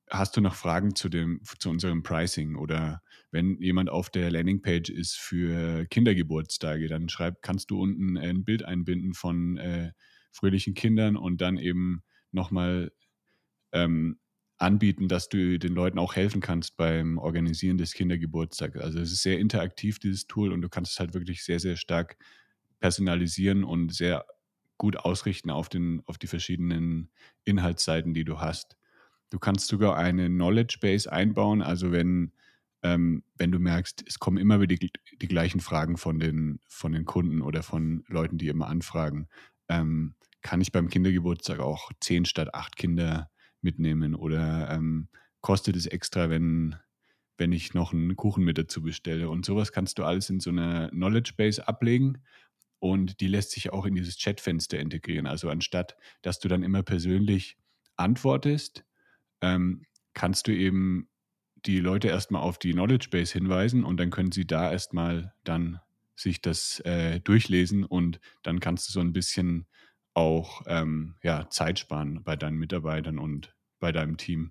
hast du noch Fragen zu dem, zu unserem Pricing oder wenn jemand auf der Landingpage ist für Kindergeburtstage, dann schreib, kannst du unten ein Bild einbinden von äh, fröhlichen Kindern und dann eben nochmal ähm, anbieten, dass du den Leuten auch helfen kannst beim Organisieren des Kindergeburtstags. Also es ist sehr interaktiv, dieses Tool, und du kannst es halt wirklich sehr, sehr stark personalisieren und sehr gut ausrichten auf, den, auf die verschiedenen Inhaltsseiten, die du hast. Du kannst sogar eine Knowledge Base einbauen, also wenn, ähm, wenn du merkst, es kommen immer wieder die, die gleichen Fragen von den, von den Kunden oder von Leuten, die immer anfragen, ähm, kann ich beim Kindergeburtstag auch zehn statt acht Kinder mitnehmen oder ähm, kostet es extra, wenn, wenn ich noch einen Kuchen mit dazu bestelle, und sowas kannst du alles in so einer Knowledge Base ablegen. Und die lässt sich auch in dieses Chatfenster integrieren. Also anstatt, dass du dann immer persönlich antwortest, ähm, kannst du eben die Leute erstmal auf die Knowledge Base hinweisen und dann können sie da erstmal dann sich das äh, durchlesen, und dann kannst du so ein bisschen auch ähm, ja, Zeit sparen bei deinen Mitarbeitern und bei deinem Team.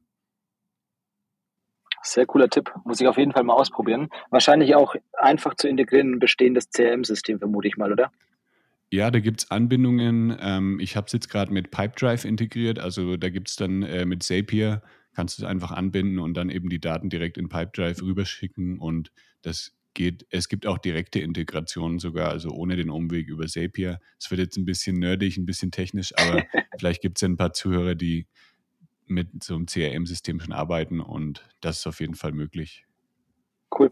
Sehr cooler Tipp, muss ich auf jeden Fall mal ausprobieren. Wahrscheinlich auch einfach zu integrieren in ein bestehendes C R M-System, vermute ich mal, oder?
Ja, da gibt es Anbindungen. Ähm, ich habe es jetzt gerade mit Pipedrive integriert. Also da gibt es dann äh, mit Zapier, kannst du es einfach anbinden und dann eben die Daten direkt in Pipedrive rüberschicken. Und das geht, es gibt auch direkte Integrationen sogar, also ohne den Umweg über Zapier. Es wird jetzt ein bisschen nerdig, ein bisschen technisch, aber vielleicht gibt es ja ein paar Zuhörer, die mit so einem C R M-System schon arbeiten, und das ist auf jeden Fall möglich.
Cool.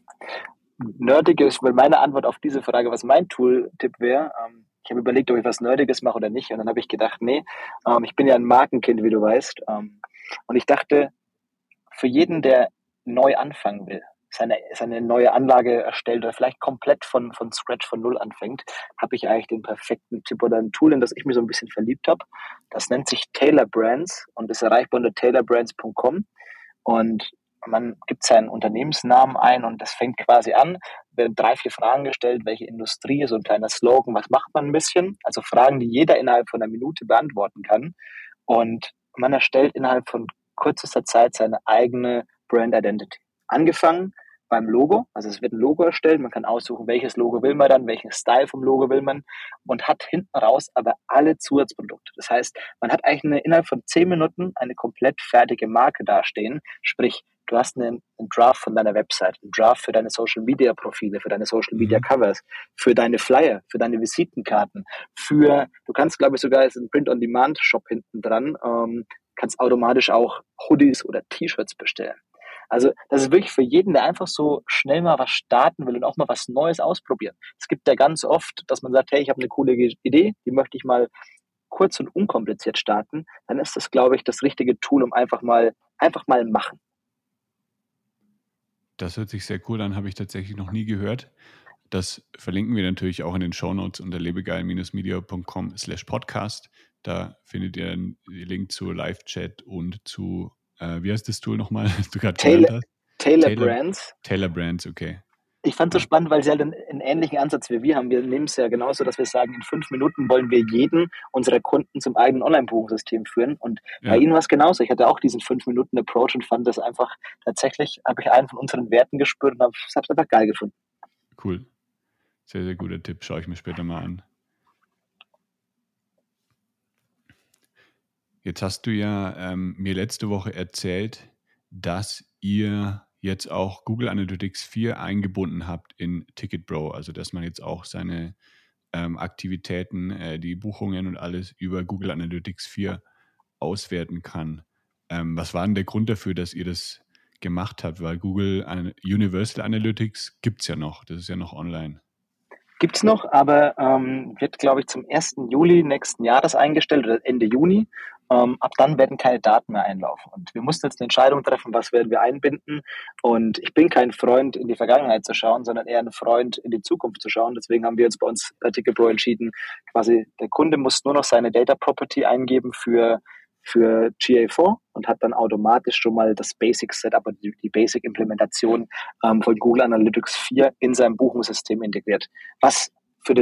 Nerdiges, weil meine Antwort auf diese Frage, was mein Tool-Tipp wäre, ähm, ich habe überlegt, ob ich was Nerdiges mache oder nicht. Und dann habe ich gedacht, nee, ähm, ich bin ja ein Markenkind, wie du weißt. Ähm, und ich dachte, für jeden, der neu anfangen will, seine, seine neue Anlage erstellt oder vielleicht komplett von, von Scratch, von Null anfängt, habe ich eigentlich den perfekten Tipp oder ein Tool, in das ich mir so ein bisschen verliebt habe. Das nennt sich Taylor Brands und ist erreichbar unter taylor brands punkt com. Und man gibt seinen Unternehmensnamen ein und das fängt quasi an, werden drei, vier Fragen gestellt, welche Industrie, so ein kleiner Slogan, was macht man ein bisschen? Also Fragen, die jeder innerhalb von einer Minute beantworten kann. Und man erstellt innerhalb von kürzester Zeit seine eigene Brand Identity. Angefangen beim Logo, also es wird ein Logo erstellt, man kann aussuchen, welches Logo will man dann, welchen Style vom Logo will man, und hat hinten raus aber alle Zusatzprodukte. Das heißt, man hat eigentlich eine, innerhalb von zehn Minuten eine komplett fertige Marke dastehen, sprich, du hast einen, einen Draft von deiner Website, einen Draft für deine Social Media Profile, für deine Social Media
Mhm.
Covers, für deine Flyer, für deine Visitenkarten, für, du kannst, glaube ich, sogar ist ein Print-on-Demand-Shop hinten dran, ähm, kannst automatisch auch Hoodies oder T-Shirts bestellen. Also das ist wirklich für jeden, der einfach so schnell mal was starten will und auch mal was Neues ausprobieren. Es gibt ja ganz oft, dass man sagt, hey, ich habe eine coole Idee, die möchte ich mal kurz und unkompliziert starten. Dann ist das, glaube ich, das richtige Tool, um einfach mal, einfach mal machen.
Das hört sich sehr cool an, habe ich tatsächlich noch nie gehört. Das verlinken wir natürlich auch in den Shownotes unter lebegeil-media punkt com slash podcast. Da findet ihr einen Link zu Live-Chat und zu, äh, wie heißt das Tool nochmal, das du gerade genannt
Taylor,
hast?
Taylor
Taylor,
Brands.
Taylor Brands, okay.
Ich fand es so
Ja,
spannend, weil sie halt einen, einen ähnlichen Ansatz wie wir haben. Wir nehmen es ja genauso, dass wir sagen, in fünf Minuten wollen wir jeden unserer Kunden zum eigenen Online-Buchungssystem führen. Und bei
ja,
ihnen war es genauso. Ich hatte auch diesen fünf Minuten Approach und fand das einfach, tatsächlich habe ich einen von unseren Werten gespürt und habe es einfach geil gefunden.
cool. Sehr, sehr guter Tipp. Schaue ich mir später mal an. Jetzt hast du ja ähm, mir letzte Woche erzählt, dass ihr jetzt auch Google Analytics vier eingebunden habt in TicketBro. Also dass man jetzt auch seine ähm, Aktivitäten, äh, die Buchungen und alles über Google Analytics vier auswerten kann. Ähm, was war denn der Grund dafür, dass ihr das gemacht habt? Weil Google An- Universal Analytics gibt es ja noch, das ist ja noch online.
Gibt's noch, aber ähm, wird, glaube ich, zum ersten Juli nächsten Jahres eingestellt oder Ende Juni. Ähm, ab dann werden keine Daten mehr einlaufen. Und wir mussten jetzt eine Entscheidung treffen, was werden wir einbinden. Und ich bin kein Freund, in die Vergangenheit zu schauen, sondern eher ein Freund, in die Zukunft zu schauen. Deswegen haben wir uns bei uns bei TicketPro entschieden, quasi der Kunde muss nur noch seine Data Property eingeben für für G A vier und hat dann automatisch schon mal das Basic Setup und die, die Basic Implementation ähm, von Google Analytics vier in seinem Buchungssystem integriert. Was für den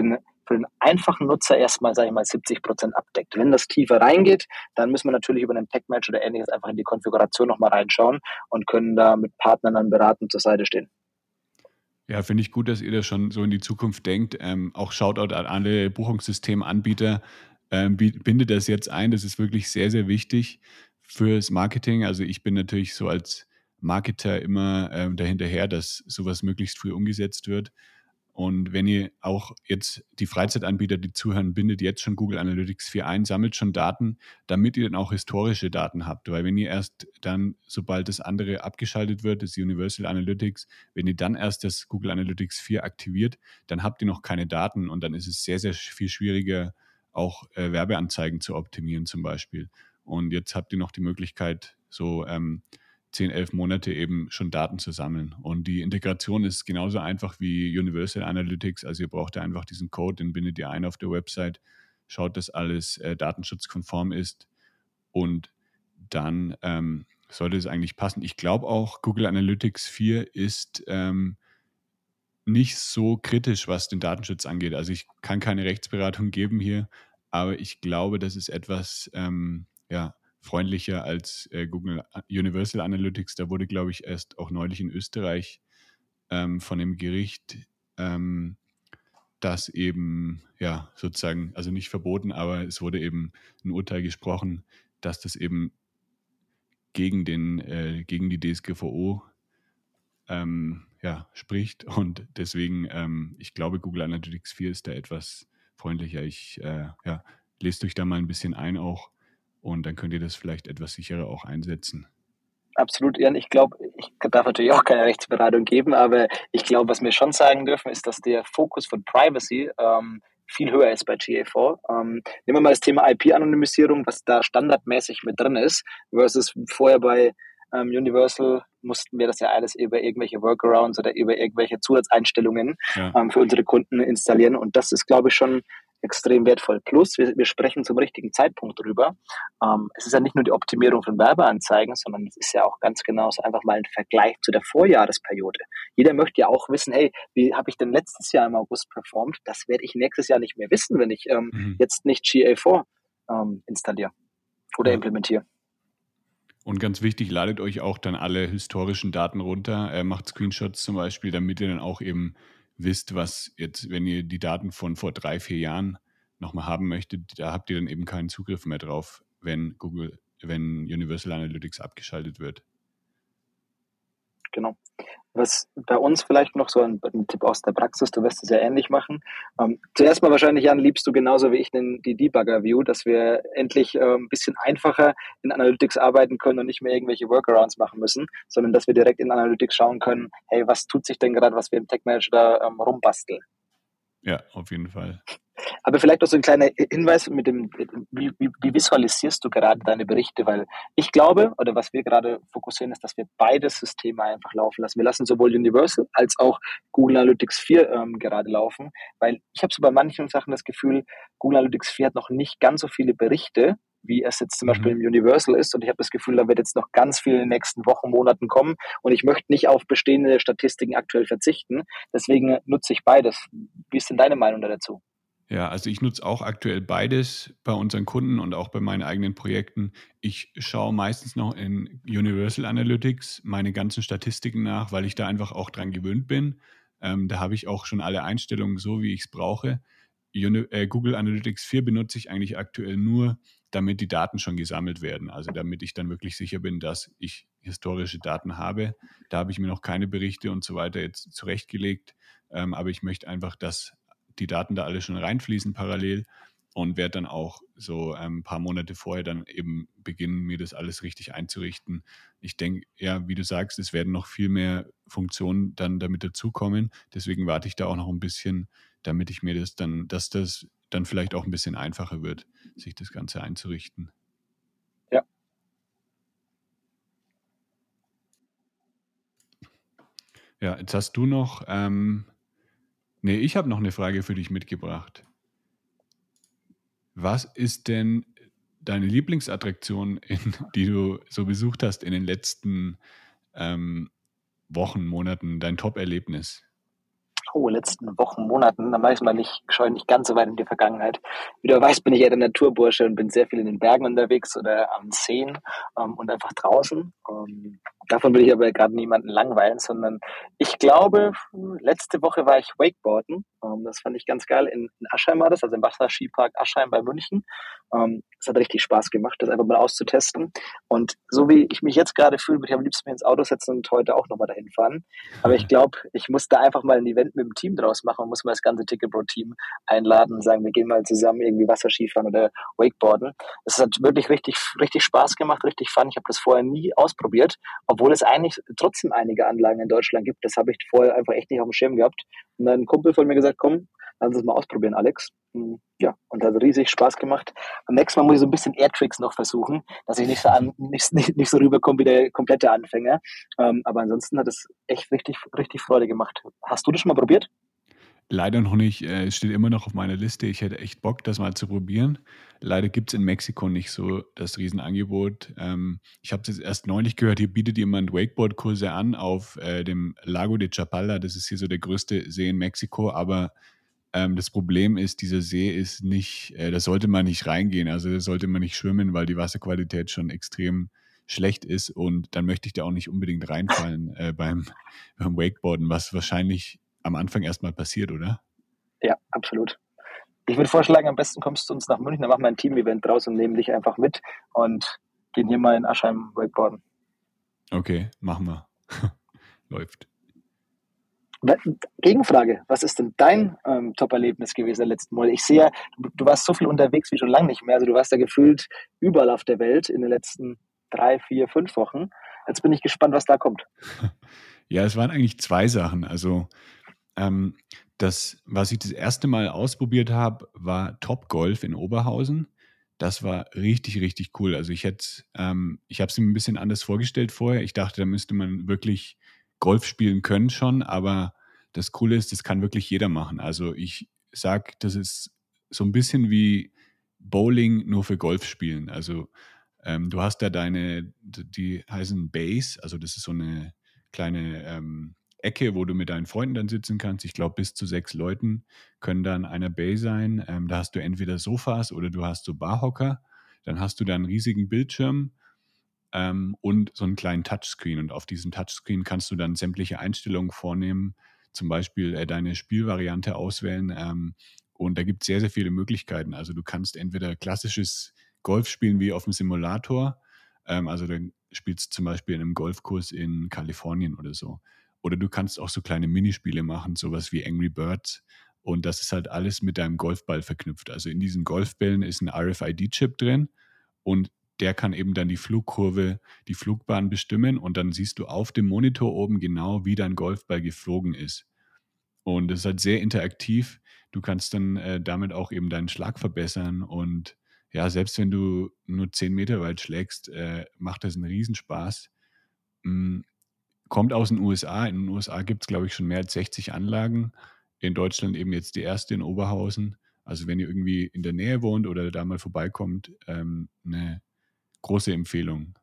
für den einfachen Nutzer erstmal, sage ich mal, siebzig Prozent abdeckt. Wenn das tiefer reingeht, dann müssen wir natürlich über einen Tech-Match oder ähnliches einfach in die Konfiguration nochmal reinschauen und können da mit Partnern dann beratend zur Seite stehen.
Ja, finde ich gut, dass ihr da schon so in die Zukunft denkt. Ähm, auch Shoutout an alle Buchungssystemanbieter. Ähm, bi- bindet das jetzt ein. Das ist wirklich sehr, sehr wichtig fürs Marketing. Also ich bin natürlich so als Marketer immer ähm, dahinterher, dass sowas möglichst früh umgesetzt wird. Und wenn ihr auch jetzt die Freizeitanbieter, die zuhören, bindet jetzt schon Google Analytics vier ein, sammelt schon Daten, damit ihr dann auch historische Daten habt. Weil wenn ihr erst dann, sobald das andere abgeschaltet wird, das Universal Analytics, wenn ihr dann erst das Google Analytics vier aktiviert, dann habt ihr noch keine Daten und dann ist es sehr, sehr viel schwieriger, auch äh, Werbeanzeigen zu optimieren zum Beispiel. Und jetzt habt ihr noch die Möglichkeit, so ähm, zehn, elf Monate eben schon Daten zu sammeln. Und die Integration ist genauso einfach wie Universal Analytics. Also ihr braucht da einfach diesen Code, den bindet ihr ein auf der Website, schaut, dass alles äh, datenschutzkonform ist und dann ähm, sollte es eigentlich passen. Ich glaube auch, Google Analytics vier ist ähm, nicht so kritisch, was den Datenschutz angeht. Also ich kann keine Rechtsberatung geben hier, aber ich glaube, das ist etwas ähm, ja, freundlicher als äh, Google Universal Analytics. Da wurde, glaube ich, erst auch neulich in Österreich ähm, von dem Gericht ähm, das eben, ja, sozusagen, also nicht verboten, aber es wurde eben ein Urteil gesprochen, dass das eben gegen den, äh, gegen die D S G V O ähm, ja, spricht. Und deswegen, ähm, ich glaube, Google Analytics vier ist da etwas freundlicher. Ich äh, ja, lest euch da mal ein bisschen ein auch und dann könnt ihr das vielleicht etwas sicherer auch einsetzen.
Absolut, Jan. Ich glaube, ich darf natürlich auch keine Rechtsberatung geben, aber ich glaube, was wir schon sagen dürfen, ist, dass der Fokus von Privacy ähm, viel höher ist bei G A vier. Ähm, nehmen wir mal das Thema I P-Anonymisierung, was da standardmäßig mit drin ist, versus vorher bei ähm, Universal mussten wir das ja alles über irgendwelche Workarounds oder über irgendwelche Zusatzeinstellungen
Ja.
ähm, für unsere Kunden installieren. Und das ist, glaube ich, schon extrem wertvoll. Plus, wir, wir sprechen zum richtigen Zeitpunkt drüber. Ähm, es ist ja nicht nur die Optimierung von Werbeanzeigen, sondern es ist ja auch ganz genau so einfach mal ein Vergleich zu der Vorjahresperiode. Jeder möchte ja auch wissen, hey, wie habe ich denn letztes Jahr im August performt? Das werde ich nächstes Jahr nicht mehr wissen, wenn ich ähm,
Mhm.
jetzt nicht G A vier ähm, installiere oder
Ja.
implementiere.
Und ganz wichtig, ladet euch auch dann alle historischen Daten runter, äh, macht Screenshots zum Beispiel, damit ihr dann auch eben wisst, was jetzt, wenn ihr die Daten von vor drei, vier Jahren nochmal haben möchtet, da habt ihr dann eben keinen Zugriff mehr drauf, wenn Google, wenn Universal Analytics abgeschaltet wird.
Genau. Was bei uns vielleicht noch so ein, ein Tipp aus der Praxis, du wirst es ja ähnlich machen. Ähm, zuerst mal wahrscheinlich, Jan, liebst du genauso wie ich den, die Debugger-View, dass wir endlich äh, ein bisschen einfacher in Analytics arbeiten können und nicht mehr irgendwelche Workarounds machen müssen, sondern dass wir direkt in Analytics schauen können, hey, was tut sich denn gerade, was wir im Tech Manager da ähm, rumbasteln.
Ja, auf jeden Fall.
Aber vielleicht noch so ein kleiner Hinweis mit dem, wie, wie, wie visualisierst du gerade deine Berichte? Weil ich glaube, oder was wir gerade fokussieren, ist, dass wir beide Systeme einfach laufen lassen. Wir lassen sowohl Universal als auch Google Analytics vier ähm, gerade laufen, weil ich habe so bei manchen Sachen das Gefühl, Google Analytics vier hat noch nicht ganz so viele Berichte, wie es jetzt zum Beispiel im Universal ist. Und ich habe das Gefühl, da wird jetzt noch ganz viel in den nächsten Wochen, Monaten kommen. Und ich möchte nicht auf bestehende Statistiken aktuell verzichten. Deswegen nutze ich beides. Wie ist denn deine Meinung dazu?
Ja, also ich nutze auch aktuell beides bei unseren Kunden und auch bei meinen eigenen Projekten. Ich schaue meistens noch in Universal Analytics meine ganzen Statistiken nach, weil ich da einfach auch dran gewöhnt bin. Ähm, da habe ich auch schon alle Einstellungen so, wie ich es brauche. Uni äh, Google Analytics vier benutze ich eigentlich aktuell nur, damit die Daten schon gesammelt werden. Also damit ich dann wirklich sicher bin, dass ich historische Daten habe. Da habe ich mir noch keine Berichte und so weiter jetzt zurechtgelegt. Ähm, aber ich möchte einfach, dass die Daten da alle schon reinfließen parallel und werde dann auch so ein paar Monate vorher dann eben beginnen, mir das alles richtig einzurichten. Ich denke, ja, wie du sagst, es werden noch viel mehr Funktionen dann damit dazukommen. Deswegen warte ich da auch noch ein bisschen, damit ich mir das dann, dass das dann vielleicht auch ein bisschen einfacher wird, sich das Ganze einzurichten.
Ja.
Ja, jetzt hast du noch, ähm, nee, ich habe noch eine Frage für dich mitgebracht. Was ist denn deine Lieblingsattraktion, in, die du so besucht hast in den letzten ähm, Wochen, Monaten, dein Top-Erlebnis?
Oh, letzten Wochen, Monaten, dann mache ich mal nicht, schaue nicht ganz so weit in die Vergangenheit. Wie du weißt, bin ich eher der Naturbursche und bin sehr viel in den Bergen unterwegs oder am Seen ähm, und einfach draußen. Ähm, davon will ich aber gerade niemanden langweilen, sondern ich glaube, letzte Woche war ich Wakeboarden. Ähm, das fand ich ganz geil. In, in Aschheim war das, also im Wasserskipark Aschheim bei München. Ähm, das hat richtig Spaß gemacht, das einfach mal auszutesten. Und so wie ich mich jetzt gerade fühle, würde ich am liebsten mich ins Auto setzen und heute auch nochmal dahin fahren. Aber ich glaube, ich muss da einfach mal ein Event mit dem Team draus machen und muss mal das ganze Ticket Pro Team einladen und sagen, wir gehen mal zusammen irgendwie Wasserskifahren oder Wakeboarden. Es hat wirklich richtig, richtig Spaß gemacht, richtig fun. Ich habe das vorher nie ausprobiert, obwohl es eigentlich trotzdem einige Anlagen in Deutschland gibt. Das habe ich vorher einfach echt nicht auf dem Schirm gehabt. Und dann ein Kumpel von mir gesagt, komm, lass uns mal ausprobieren, Alex. Ja, und hat riesig Spaß gemacht. Beim nächsten Mal muss ich so ein bisschen Airtricks noch versuchen, dass ich nicht so, an, nicht, nicht, nicht so rüberkomme wie der komplette Anfänger. Ähm, aber ansonsten hat es echt richtig, richtig Freude gemacht. Hast du das schon mal probiert?
Leider noch nicht. äh, Es steht immer noch auf meiner Liste. Ich hätte echt Bock, das mal zu probieren. Leider gibt es in Mexiko nicht so das Riesenangebot. Ähm, ich habe es jetzt erst neulich gehört, hier bietet jemand Wakeboard-Kurse an auf äh, dem Lago de Chapala. Das ist hier so der größte See in Mexiko. Aber ähm, das Problem ist, dieser See ist nicht, äh, da sollte man nicht reingehen. Also da sollte man nicht schwimmen, weil die Wasserqualität schon extrem schlecht ist. Und dann möchte ich da auch nicht unbedingt reinfallen äh, beim, beim Wakeboarden, was wahrscheinlich am Anfang erstmal passiert, oder?
Ja, absolut. Ich würde vorschlagen, am besten kommst du uns nach München, dann machen wir ein Team-Event draus und nehmen dich einfach mit und gehen hier mal in Aschheim Wakeboarden.
Okay, machen wir. Läuft.
Gegenfrage, was ist denn dein ähm, Top-Erlebnis gewesen letzten Mal? Ich sehe ja, du, du warst so viel unterwegs wie schon lange nicht mehr. Also du warst ja gefühlt überall auf der Welt in den letzten drei, vier, fünf Wochen. Jetzt bin ich gespannt, was da kommt.
Ja, es waren eigentlich zwei Sachen. Also ähm, das, was ich das erste Mal ausprobiert habe, war Topgolf in Oberhausen. Das war richtig, richtig cool. Also ich hätte, ähm, ich habe es mir ein bisschen anders vorgestellt vorher. Ich dachte, da müsste man wirklich Golf spielen können schon, aber das Coole ist, das kann wirklich jeder machen. Also ich sag, das ist so ein bisschen wie Bowling nur für Golf spielen. Also ähm, du hast da deine, die heißen Bays, also das ist so eine kleine ähm, Ecke, wo du mit deinen Freunden dann sitzen kannst. Ich glaube, bis zu sechs Leuten können da in einer Bay sein. Ähm, da hast du entweder Sofas oder du hast so Barhocker. Dann hast du da einen riesigen Bildschirm ähm, und so einen kleinen Touchscreen. Und auf diesem Touchscreen kannst du dann sämtliche Einstellungen vornehmen, zum Beispiel äh, deine Spielvariante auswählen. Ähm, und da gibt es sehr, sehr viele Möglichkeiten. Also du kannst entweder klassisches Golf spielen wie auf dem Simulator. Ähm, also dann spielst du zum Beispiel in einem Golfkurs in Kalifornien oder so. Oder du kannst auch so kleine Minispiele machen, sowas wie Angry Birds. Und das ist halt alles mit deinem Golfball verknüpft. Also in diesen Golfbällen ist ein R F I D-Chip drin und der kann eben dann die Flugkurve, die Flugbahn bestimmen und dann siehst du auf dem Monitor oben genau, wie dein Golfball geflogen ist. Und es ist halt sehr interaktiv. Du kannst dann äh, damit auch eben deinen Schlag verbessern und ja, selbst wenn du nur zehn Meter weit schlägst, äh, macht das einen Riesenspaß. Mm, kommt aus den U S A. In den U S A gibt es, glaube ich, schon mehr als sechzig Anlagen. In Deutschland eben jetzt die erste in Oberhausen. Also wenn ihr irgendwie in der Nähe wohnt oder da mal vorbeikommt, ähm, eine große Empfehlung.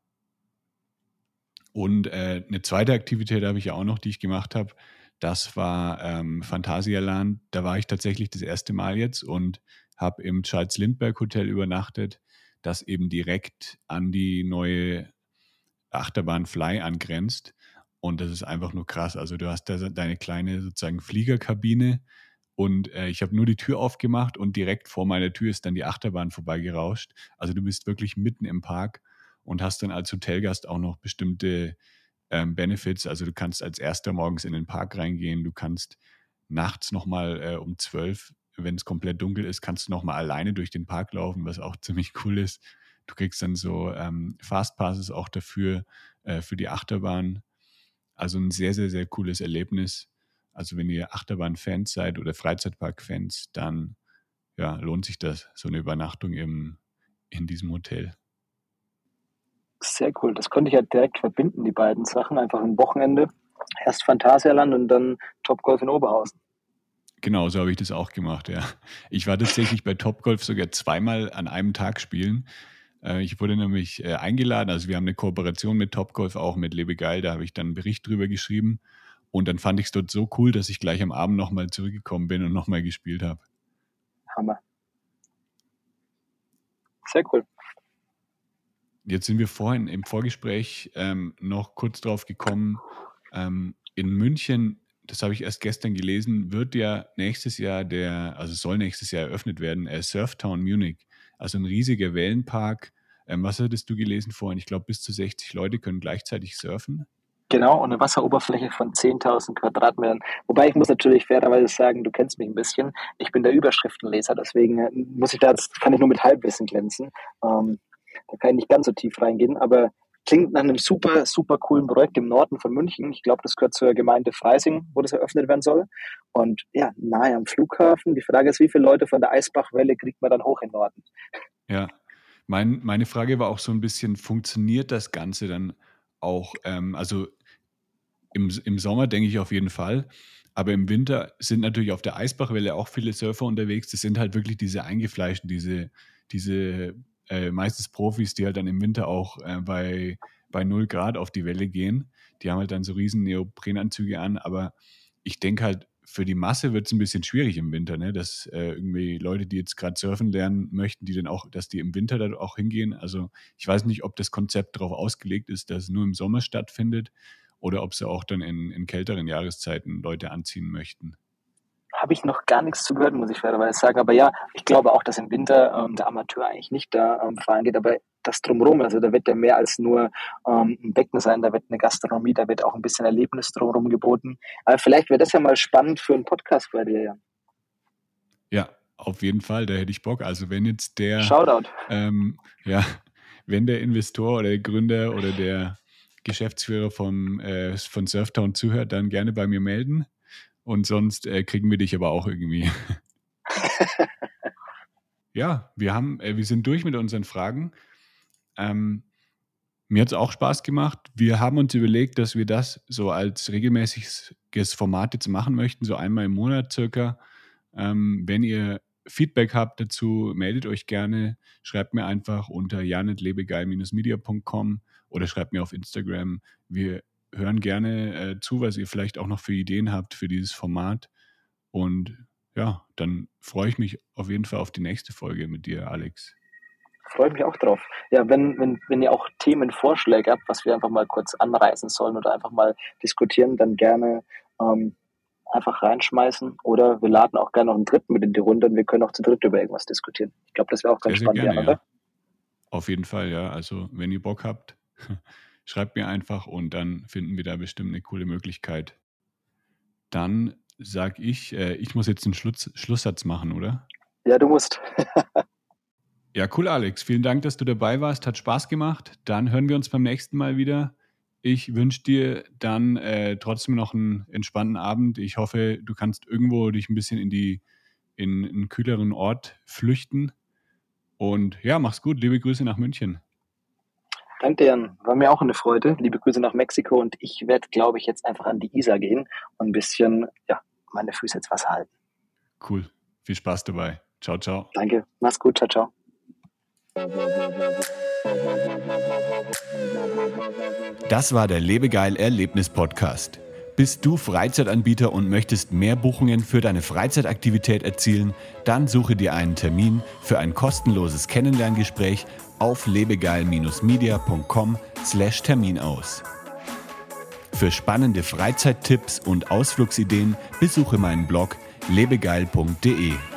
Und äh, eine zweite Aktivität habe ich ja auch noch, die ich gemacht habe. Das war ähm, Phantasialand. Da war ich tatsächlich das erste Mal jetzt und habe im Charles Lindbergh Hotel übernachtet, das eben direkt an die neue Achterbahn Fly angrenzt. Und das ist einfach nur krass. Also du hast da deine kleine sozusagen Fliegerkabine und äh, ich habe nur die Tür aufgemacht und direkt vor meiner Tür ist dann die Achterbahn vorbeigerauscht. Also du bist wirklich mitten im Park und hast dann als Hotelgast auch noch bestimmte ähm, Benefits. Also du kannst als Erster morgens in den Park reingehen, du kannst nachts nochmal äh, um zwölf, wenn es komplett dunkel ist, kannst du nochmal alleine durch den Park laufen, was auch ziemlich cool ist. Du kriegst dann so ähm, Fastpasses auch dafür, äh, für die Achterbahn. Also ein sehr, sehr, sehr cooles Erlebnis. Also wenn ihr Achterbahn-Fans seid oder Freizeitpark-Fans, dann ja, lohnt sich das, so eine Übernachtung im, in diesem Hotel.
Sehr cool. Das konnte ich ja direkt verbinden, die beiden Sachen. Einfach ein Wochenende. Erst Phantasialand und dann Topgolf in Oberhausen.
Genau, so habe ich das auch gemacht, ja. Ich war tatsächlich bei Topgolf sogar zweimal an einem Tag spielen. Äh, ich wurde nämlich äh, eingeladen, also wir haben eine Kooperation mit Topgolf, auch mit Lebegeil, da habe ich dann einen Bericht drüber geschrieben. Und dann fand ich es dort so cool, dass ich gleich am Abend nochmal zurückgekommen bin und nochmal gespielt habe.
Hammer. Sehr cool.
Jetzt sind wir vorhin im Vorgespräch ähm, noch kurz drauf gekommen, ähm, in München, das habe ich erst gestern gelesen, wird ja nächstes Jahr der, also soll nächstes Jahr eröffnet werden, äh, Surftown Munich. Also ein riesiger Wellenpark. Ähm, was hattest du gelesen vorhin? Ich glaube, bis zu sechzig Leute können gleichzeitig surfen.
Genau, und eine Wasseroberfläche von zehntausend Quadratmetern. Wobei ich muss natürlich fairerweise sagen, du kennst mich ein bisschen. Ich bin der Überschriftenleser, deswegen muss ich da jetzt, kann ich nur mit Halbwissen glänzen. Ähm, da kann ich nicht ganz so tief reingehen, aber klingt nach einem super, super coolen Projekt im Norden von München. Ich glaube, das gehört zur Gemeinde Freising, wo das eröffnet werden soll. Und ja, nahe am Flughafen. Die Frage ist, wie viele Leute von der Eisbachwelle kriegt man dann hoch in den Norden?
Ja, mein, meine Frage war auch so ein bisschen, funktioniert das Ganze dann auch, ähm, also Im, Im Sommer denke ich auf jeden Fall, aber im Winter sind natürlich auf der Eisbachwelle auch viele Surfer unterwegs. Das sind halt wirklich diese eingefleischten, diese, diese äh, meistens Profis, die halt dann im Winter auch äh, bei, bei null Grad auf die Welle gehen. Die haben halt dann so riesen Neoprenanzüge an, aber ich denke halt, für die Masse wird es ein bisschen schwierig im Winter, ne? Dass äh, irgendwie Leute, die jetzt gerade surfen lernen möchten, die dann auch, dass die im Winter da auch hingehen. Also ich weiß nicht, ob das Konzept darauf ausgelegt ist, dass es nur im Sommer stattfindet oder ob sie auch dann in, in kälteren Jahreszeiten Leute anziehen möchten.
Habe ich noch gar nichts zu gehört, muss ich fairerweise sagen. Aber ja, ich glaube auch, dass im Winter ähm, der Amateur eigentlich nicht da ähm, fahren geht. Aber das Drumherum, also da wird ja mehr als nur ähm, ein Becken sein, da wird eine Gastronomie, da wird auch ein bisschen Erlebnis drumherum geboten. Aber vielleicht wäre das ja mal spannend für einen Podcast bei dir, Jan.
Ja, auf jeden Fall, da hätte ich Bock. Also wenn jetzt der
Shoutout.
Ähm, ja, wenn der Investor oder der Gründer oder der Geschäftsführer vom, äh, von Surftown zuhört, dann gerne bei mir melden. Und sonst äh, kriegen wir dich aber auch irgendwie. Ja, wir haben, äh, wir sind durch mit unseren Fragen. Ähm, mir hat es auch Spaß gemacht. Wir haben uns überlegt, dass wir das so als regelmäßiges Format jetzt machen möchten, so einmal im Monat circa. Ähm, wenn ihr Feedback habt dazu, meldet euch gerne. Schreibt mir einfach unter janetlebegeil media punkt com oder schreibt mir auf Instagram. Wir hören gerne äh, zu, was ihr vielleicht auch noch für Ideen habt für dieses Format. Und ja, dann freue ich mich auf jeden Fall auf die nächste Folge mit dir, Alex.
Freue mich auch drauf. Ja, wenn, wenn, wenn ihr auch Themenvorschläge habt, was wir einfach mal kurz anreißen sollen oder einfach mal diskutieren, dann gerne ähm, einfach reinschmeißen. Oder wir laden auch gerne noch einen Dritten mit in die Runde und wir können auch zu dritt über irgendwas diskutieren. Ich glaube, das wäre auch ganz
sehr,
spannend,
sehr gerne,
ja, oder?
Ja. Auf jeden Fall, ja. Also wenn ihr Bock habt, schreibt mir einfach und dann finden wir da bestimmt eine coole Möglichkeit. Dann sage ich, äh, ich muss jetzt einen Schluss, Schlusssatz machen, oder?
Ja, du musst.
Ja, cool, Alex. Vielen Dank, dass du dabei warst. Hat Spaß gemacht. Dann hören wir uns beim nächsten Mal wieder. Ich wünsche dir dann äh, trotzdem noch einen entspannten Abend. Ich hoffe, du kannst irgendwo dich ein bisschen in die in einen kühleren Ort flüchten. Und ja, mach's gut. Liebe Grüße nach München.
Danke, Jan. War mir auch eine Freude. Liebe Grüße nach Mexiko und ich werde, glaube ich, jetzt einfach an die Isar gehen und ein bisschen, ja, meine Füße ins Wasser halten.
Cool. Viel Spaß dabei. Ciao, ciao.
Danke. Mach's gut. Ciao, ciao.
Das war der Lebegeil Erlebnis Podcast. Bist du Freizeitanbieter und möchtest mehr Buchungen für deine Freizeitaktivität erzielen? Dann suche dir einen Termin für ein kostenloses Kennenlerngespräch auf lebegeil media punkt com slash Termin aus. Für spannende Freizeittipps und Ausflugsideen besuche meinen Blog lebegeil punkt de.